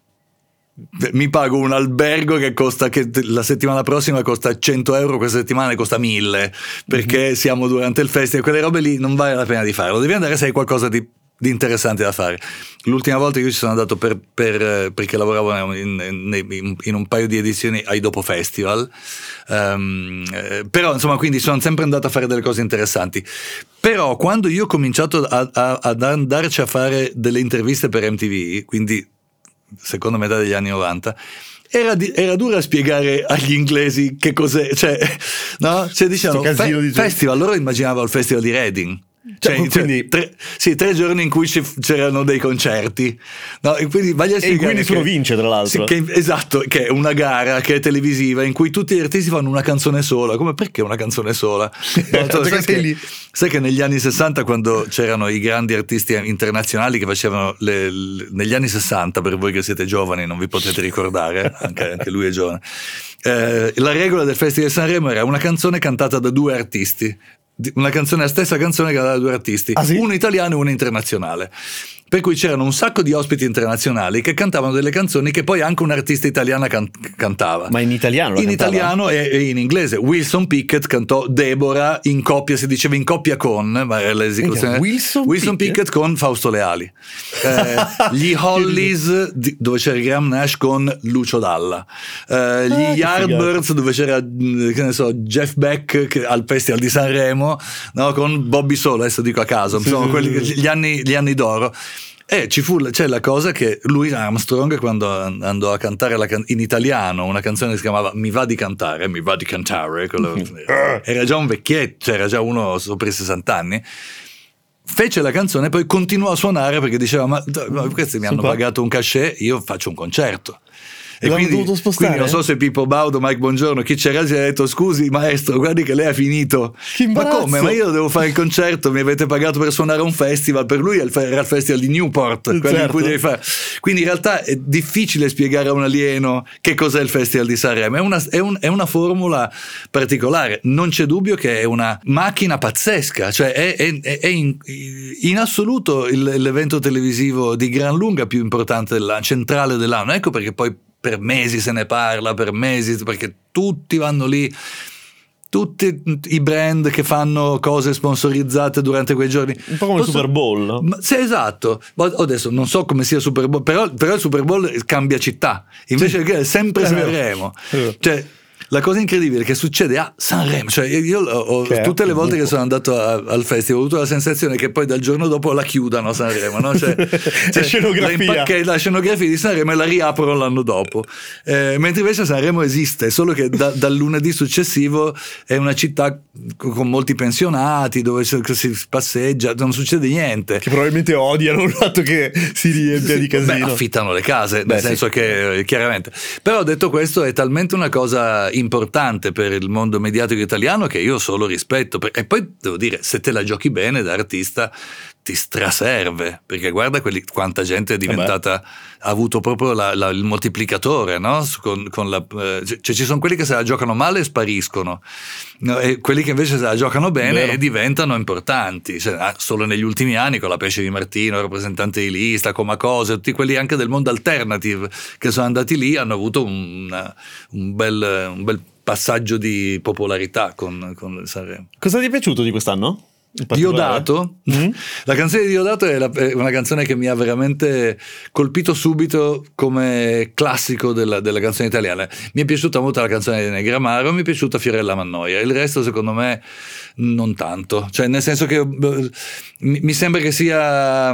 [SPEAKER 3] mi pago un albergo che la settimana prossima costa 100 euro, questa settimana ne costa 1000 perché siamo durante il festival, quelle robe lì non vale la pena di farlo, devi andare se hai qualcosa di interessante da fare. L'ultima volta che io ci sono andato perché lavoravo in un paio di edizioni ai Dopo Festival, però insomma, quindi sono sempre andato a fare delle cose interessanti. Però quando io ho cominciato ad andarci a fare delle interviste per MTV, quindi seconda metà degli anni 90, era dura a spiegare agli inglesi che cos'è, cioè, no? Cioè dicevano festival, loro immaginavano il festival di Reading.
[SPEAKER 4] Quindi
[SPEAKER 3] 3 giorni in cui c'erano dei concerti, no? E quindi vai a
[SPEAKER 4] e in cui nessuno vince, tra l'altro.
[SPEAKER 3] Esatto, che è una gara che è televisiva in cui tutti gli artisti fanno una canzone sola. Come, perché una canzone sola? No, sai che negli anni 60, quando c'erano i grandi artisti internazionali che facevano negli anni 60, per voi che siete giovani non vi potete ricordare, anche lui è giovane, la regola del Festival di Sanremo era una canzone cantata da 2 artisti, la stessa canzone cantata da 2 artisti,
[SPEAKER 4] sì?
[SPEAKER 3] Uno italiano e uno internazionale. Per cui c'erano un sacco di ospiti internazionali che cantavano delle canzoni che poi anche un'artista italiana cantava.
[SPEAKER 4] Ma in italiano?
[SPEAKER 3] In italiano e in inglese. Wilson Pickett cantò Deborah in coppia, si diceva in coppia con, ma era l'esecuzione. Wilson Pickett con Fausto Leali. Gli Hollies, dove c'era Graham Nash con Lucio Dalla. Gli Yardbirds, dove c'era, che ne so, Jeff Beck al Festival di Sanremo, no, con Bobby Solo, adesso dico a caso, insomma, gli anni d'oro. C'è la cosa che Louis Armstrong, quando andò a cantare in italiano una canzone che si chiamava Mi va di cantare, era già un vecchietto, cioè era già uno sopra i 60 anni, fece la canzone, poi continuò a suonare perché diceva ma questi mi hanno pagato un cachet, io faccio un concerto. E quindi non so se Pippo Baudo, Mike Bongiorno, chi c'era, si è detto scusi maestro, guardi che lei ha finito. Ma come? Ma io devo fare il concerto, mi avete pagato per suonare a un festival. Per lui era il festival di Newport, quello in cui devi fare. Quindi in realtà è difficile spiegare a un alieno che cos'è il Festival di Sanremo. È una formula particolare, non c'è dubbio che è una macchina pazzesca, cioè è in assoluto l'evento televisivo di gran lunga più importante centrale dell'anno. Ecco perché poi per mesi se ne parla, perché tutti vanno lì, tutti i brand che fanno cose sponsorizzate durante quei giorni.
[SPEAKER 4] Un po' come il Super Bowl, no?
[SPEAKER 3] Sì, esatto. Adesso non so come sia il Super Bowl, però il Super Bowl cambia città, invece che è sempre Sanremo. Cioè, la cosa incredibile che succede a Sanremo, cioè io tutte le volte che sono andato al festival ho avuto la sensazione che poi dal giorno dopo la chiudano a Sanremo, no? Cioè, la scenografia di Sanremo e la riaprono l'anno dopo, mentre invece Sanremo esiste, solo che dal lunedì successivo è una città con molti pensionati dove si passeggia, non succede niente,
[SPEAKER 4] che probabilmente odiano il fatto che si riempia di casino.
[SPEAKER 3] Affittano le case, nel senso che chiaramente, però detto questo è talmente una cosa importante per il mondo mediatico italiano che io solo rispetto, e poi devo dire, se te la giochi bene da artista ti straserve, perché guarda quanta gente è diventata, ha avuto proprio il moltiplicatore, no? Cioè ci sono quelli che se la giocano male e spariscono, no? E quelli che invece se la giocano bene e diventano importanti, cioè, solo negli ultimi anni con la Pesce di Martino, il rappresentante di lista, Comacose, tutti quelli anche del mondo alternative che sono andati lì hanno avuto un bel passaggio di popolarità con Sanremo.
[SPEAKER 4] Cosa ti è piaciuto di quest'anno?
[SPEAKER 3] Diodato? La canzone di Diodato è una canzone che mi ha veramente colpito subito come classico della canzone italiana. Mi è piaciuta molto la canzone di Negramaro, mi è piaciuta Fiorella Mannoia, il resto secondo me non tanto, cioè nel senso che mi sembra che sia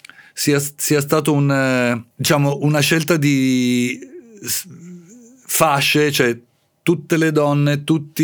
[SPEAKER 3] stato una scelta di fasce, cioè tutte le donne, tutti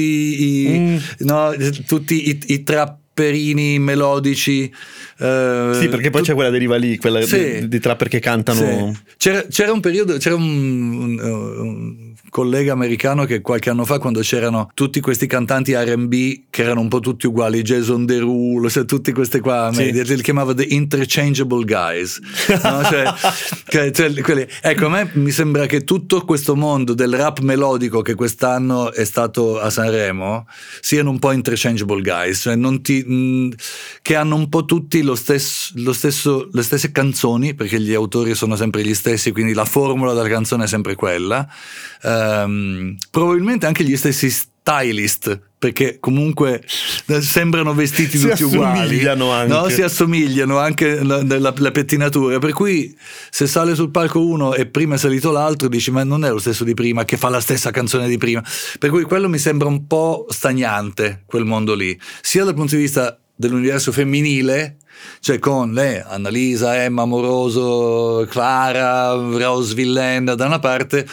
[SPEAKER 3] i trapperini melodici.
[SPEAKER 4] Sì, perché poi c'è quella deriva lì, quella di trapper che cantano.
[SPEAKER 3] Sì. C'era un periodo, c'era un collega americano che qualche anno fa, quando c'erano tutti questi cantanti R&B che erano un po' tutti uguali, Jason Derulo, cioè tutti questi qua, li chiamava The Interchangeable Guys, no? Quelli. Ecco, a me mi sembra che tutto questo mondo del rap melodico che quest'anno è stato a Sanremo siano un po' interchangeable guys, cioè che hanno un po' tutti le stesse canzoni, perché gli autori sono sempre gli stessi, quindi la formula della canzone è sempre quella. Probabilmente anche gli stessi stylist, perché comunque sembrano vestiti tutti uguali, no? Si assomigliano anche nella pettinatura, per cui se sale sul palco uno e prima è salito l'altro dici ma non è lo stesso di prima, che fa la stessa canzone di prima, per cui quello mi sembra un po' stagnante, quel mondo lì, sia dal punto di vista dell'universo femminile, cioè con Annalisa, Emma Moroso, Clara, Rose Villain da una parte,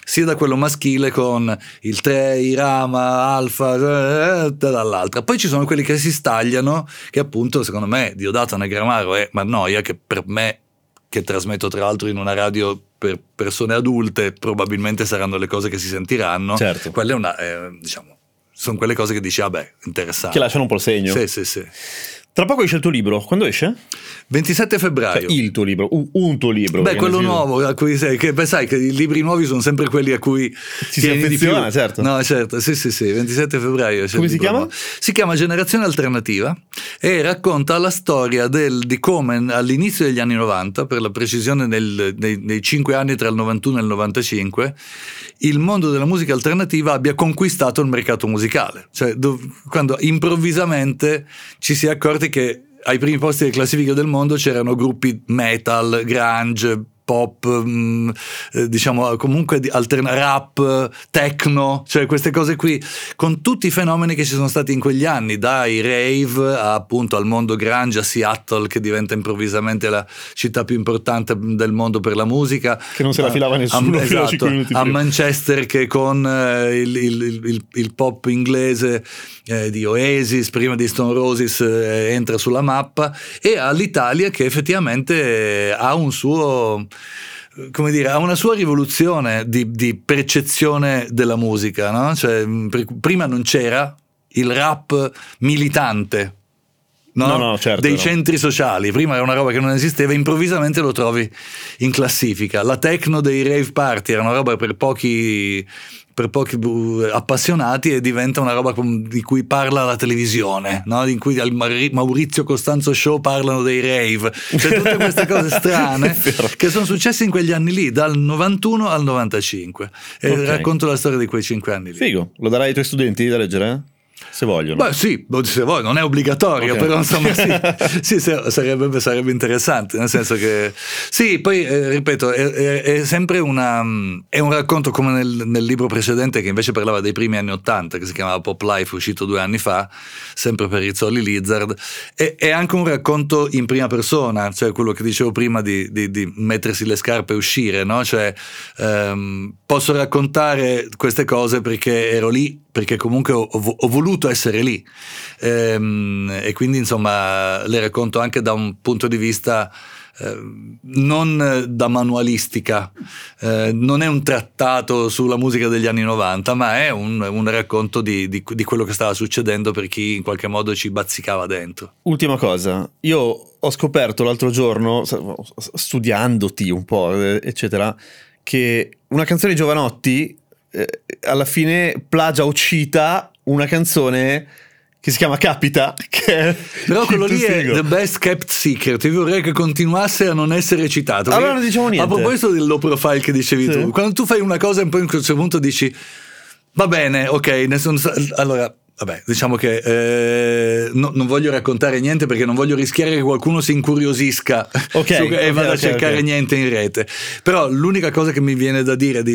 [SPEAKER 3] sia da quello maschile con il 3, i Rama, Alfa, dall'altra. Poi ci sono quelli che si stagliano, che appunto secondo me Diodato Negramaro e Mannoia, che per me, che trasmetto tra l'altro in una radio per persone adulte, probabilmente saranno le cose che si sentiranno.
[SPEAKER 4] Certo.
[SPEAKER 3] Quella è una, diciamo, sono quelle cose che dici, vabbè, interessante.
[SPEAKER 4] Che lasciano un po' il segno.
[SPEAKER 3] Sì.
[SPEAKER 4] Tra poco esce il tuo libro. Quando esce?
[SPEAKER 3] 27 febbraio.
[SPEAKER 4] Cioè, il tuo libro, un tuo libro.
[SPEAKER 3] Beh, quello nuovo a cui sai che i libri nuovi sono sempre quelli a cui
[SPEAKER 4] ci si affeziona, certo.
[SPEAKER 3] No, certo, sì, 27 febbraio.
[SPEAKER 4] Come si chiama?
[SPEAKER 3] Nuovo. Si chiama Generazione Alternativa e racconta la storia di come all'inizio degli anni 90, per la precisione nei 5 anni tra il 91 e il 95, il mondo della musica alternativa abbia conquistato il mercato musicale. Cioè, quando improvvisamente ci si è accorti che ai primi posti delle classifiche del mondo c'erano gruppi metal, grunge, pop, diciamo comunque rap, techno, cioè queste cose qui, con tutti i fenomeni che ci sono stati in quegli anni, dai rave appunto al mondo grunge, a Seattle che diventa improvvisamente la città più importante del mondo per la musica,
[SPEAKER 4] che non se la filava nessuno,
[SPEAKER 3] esatto, a Manchester che con il pop inglese di Oasis, prima di Stone Roses, entra sulla mappa, e all'Italia che effettivamente ha un suo, come dire, ha una sua rivoluzione di percezione della musica, no? Cioè, prima non c'era il rap militante, no, certo, dei centri sociali, prima era una roba che non esisteva, improvvisamente lo trovi in classifica. La techno dei rave party era una roba per pochi appassionati e diventa una roba di cui parla la televisione, no? In cui al Maurizio Costanzo Show parlano dei rave, cioè tutte queste cose strane che sono successe in quegli anni lì, dal 91 al 95, e racconto la storia di quei 5 anni lì.
[SPEAKER 4] Figo, lo darai ai tuoi studenti da leggere? Se vogliono.
[SPEAKER 3] Beh sì, se vuoi, non è obbligatorio, però insomma sì, sarebbe interessante, nel senso che sì, poi ripeto, è sempre è un racconto come nel libro precedente che invece parlava dei primi anni 80, che si chiamava Pop Life, uscito 2 anni fa, sempre per Rizzoli Lizard, è anche un racconto in prima persona, cioè quello che dicevo prima di mettersi le scarpe e uscire, no? Cioè posso raccontare queste cose perché ero lì, perché comunque ho voluto essere lì, e quindi insomma le racconto anche da un punto di vista non da manualistica, non è un trattato sulla musica degli anni 90, ma è un racconto di quello che stava succedendo per chi in qualche modo ci bazzicava dentro.
[SPEAKER 4] Ultima cosa, io ho scoperto l'altro giorno, studiandoti un po' eccetera, che una canzone di Jovanotti alla fine plagia o cita una canzone che si chiama Capita, che
[SPEAKER 3] però quello lì è the best kept secret. Io vorrei che continuasse a non essere citato.
[SPEAKER 4] Allora non diciamo niente.
[SPEAKER 3] A proposito del low profile che dicevi tu, quando tu fai una cosa e poi a un certo punto dici va bene, ok, allora vabbè, diciamo che non voglio raccontare niente perché non voglio rischiare che qualcuno si incuriosisca e vada a cercare niente in rete. Però l'unica cosa che mi viene da dire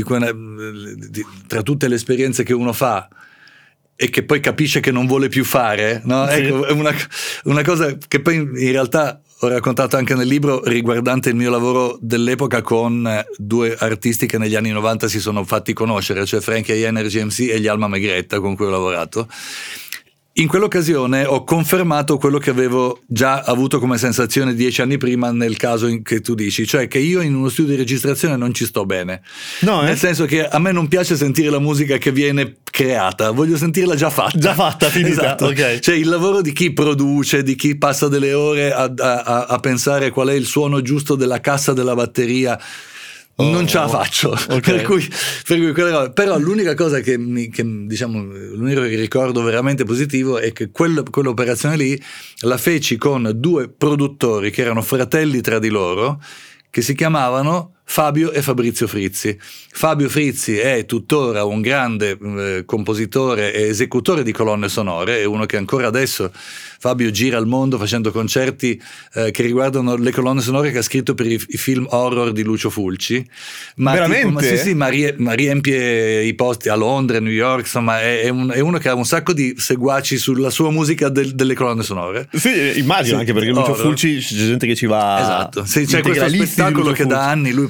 [SPEAKER 3] tra tutte le esperienze che uno fa e che poi capisce che non vuole più fare, no? Sì. Ecco, è una cosa che poi in realtà ho raccontato anche nel libro riguardante il mio lavoro dell'epoca con 2 artisti che negli anni 90 si sono fatti conoscere, cioè Frankie Energy MC e gli Alma Megretta, con cui ho lavorato. In quell'occasione ho confermato quello che avevo già avuto come sensazione 10 anni prima nel caso che tu dici, cioè che io in uno studio di registrazione non ci sto bene, nel senso che a me non piace sentire la musica che viene creata, voglio sentirla già fatta, finita. Esatto. Okay. Cioè il lavoro di chi produce, di chi passa delle ore a pensare qual è il suono giusto della cassa della batteria, non ce la faccio, per cui però l'unica cosa che diciamo, l'unico che ricordo veramente positivo è che quell'operazione lì la feci con 2 produttori che erano fratelli tra di loro, che si chiamavano Fabio e Fabrizio Frizzi. Fabio Frizzi è tuttora un grande compositore e esecutore di colonne sonore, è uno che ancora adesso Fabio gira al mondo facendo concerti che riguardano le colonne sonore che ha scritto per i film horror di Lucio Fulci.
[SPEAKER 4] Veramente?
[SPEAKER 3] Ma riempie i posti a Londra, a New York, insomma è uno che ha un sacco di seguaci sulla sua musica delle colonne sonore.
[SPEAKER 4] Sì, immagino, anche perché Lucio Fulci c'è gente che ci va.
[SPEAKER 3] Esatto, sì, c'è questo spettacolo che da anni lui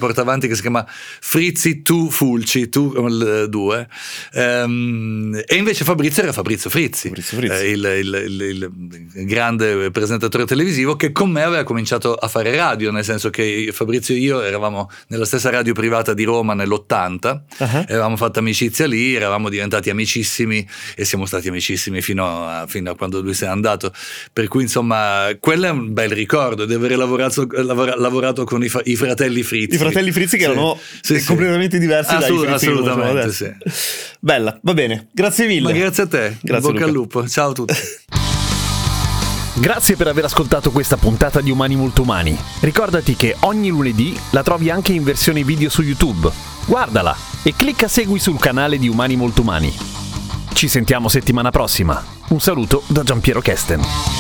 [SPEAKER 3] porta avanti che si chiama Frizzi tu Fulci, tu 2, e invece Fabrizio era Fabrizio Frizzi. Il grande presentatore televisivo che con me aveva cominciato a fare radio, nel senso che Fabrizio e io eravamo nella stessa radio privata di Roma nell'80, avevamo fatto amicizia lì, eravamo diventati amicissimi e siamo stati amicissimi fino a quando lui se n'è andato, per cui insomma quello è un bel ricordo di aver lavorato con i fratelli Frizzi.
[SPEAKER 4] I fratelli Frizzi che erano completamente diversi dai Frizzi.
[SPEAKER 3] Assolutamente, sì.
[SPEAKER 4] Bella, va bene, grazie mille.
[SPEAKER 3] Ma grazie a te,
[SPEAKER 4] grazie,
[SPEAKER 3] bocca al lupo, ciao a tutti.
[SPEAKER 4] Grazie per aver ascoltato questa puntata di Umani Molto Umani. Ricordati che ogni lunedì la trovi anche in versione video su YouTube. Guardala e clicca segui sul canale di Umani Molto Umani. Ci sentiamo settimana prossima. Un saluto da Giampiero Kesten.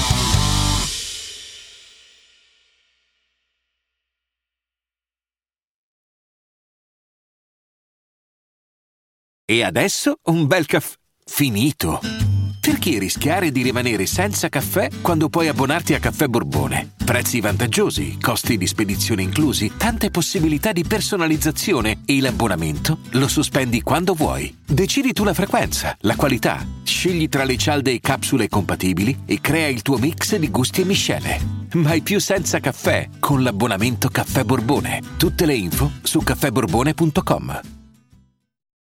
[SPEAKER 6] E adesso un bel caffè finito. Perché rischiare di rimanere senza caffè quando puoi abbonarti a Caffè Borbone? Prezzi vantaggiosi, costi di spedizione inclusi, tante possibilità di personalizzazione e l'abbonamento lo sospendi quando vuoi. Decidi tu la frequenza, la qualità, scegli tra le cialde e capsule compatibili e crea il tuo mix di gusti e miscele. Mai più senza caffè con l'abbonamento Caffè Borbone. Tutte le info su caffèborbone.com.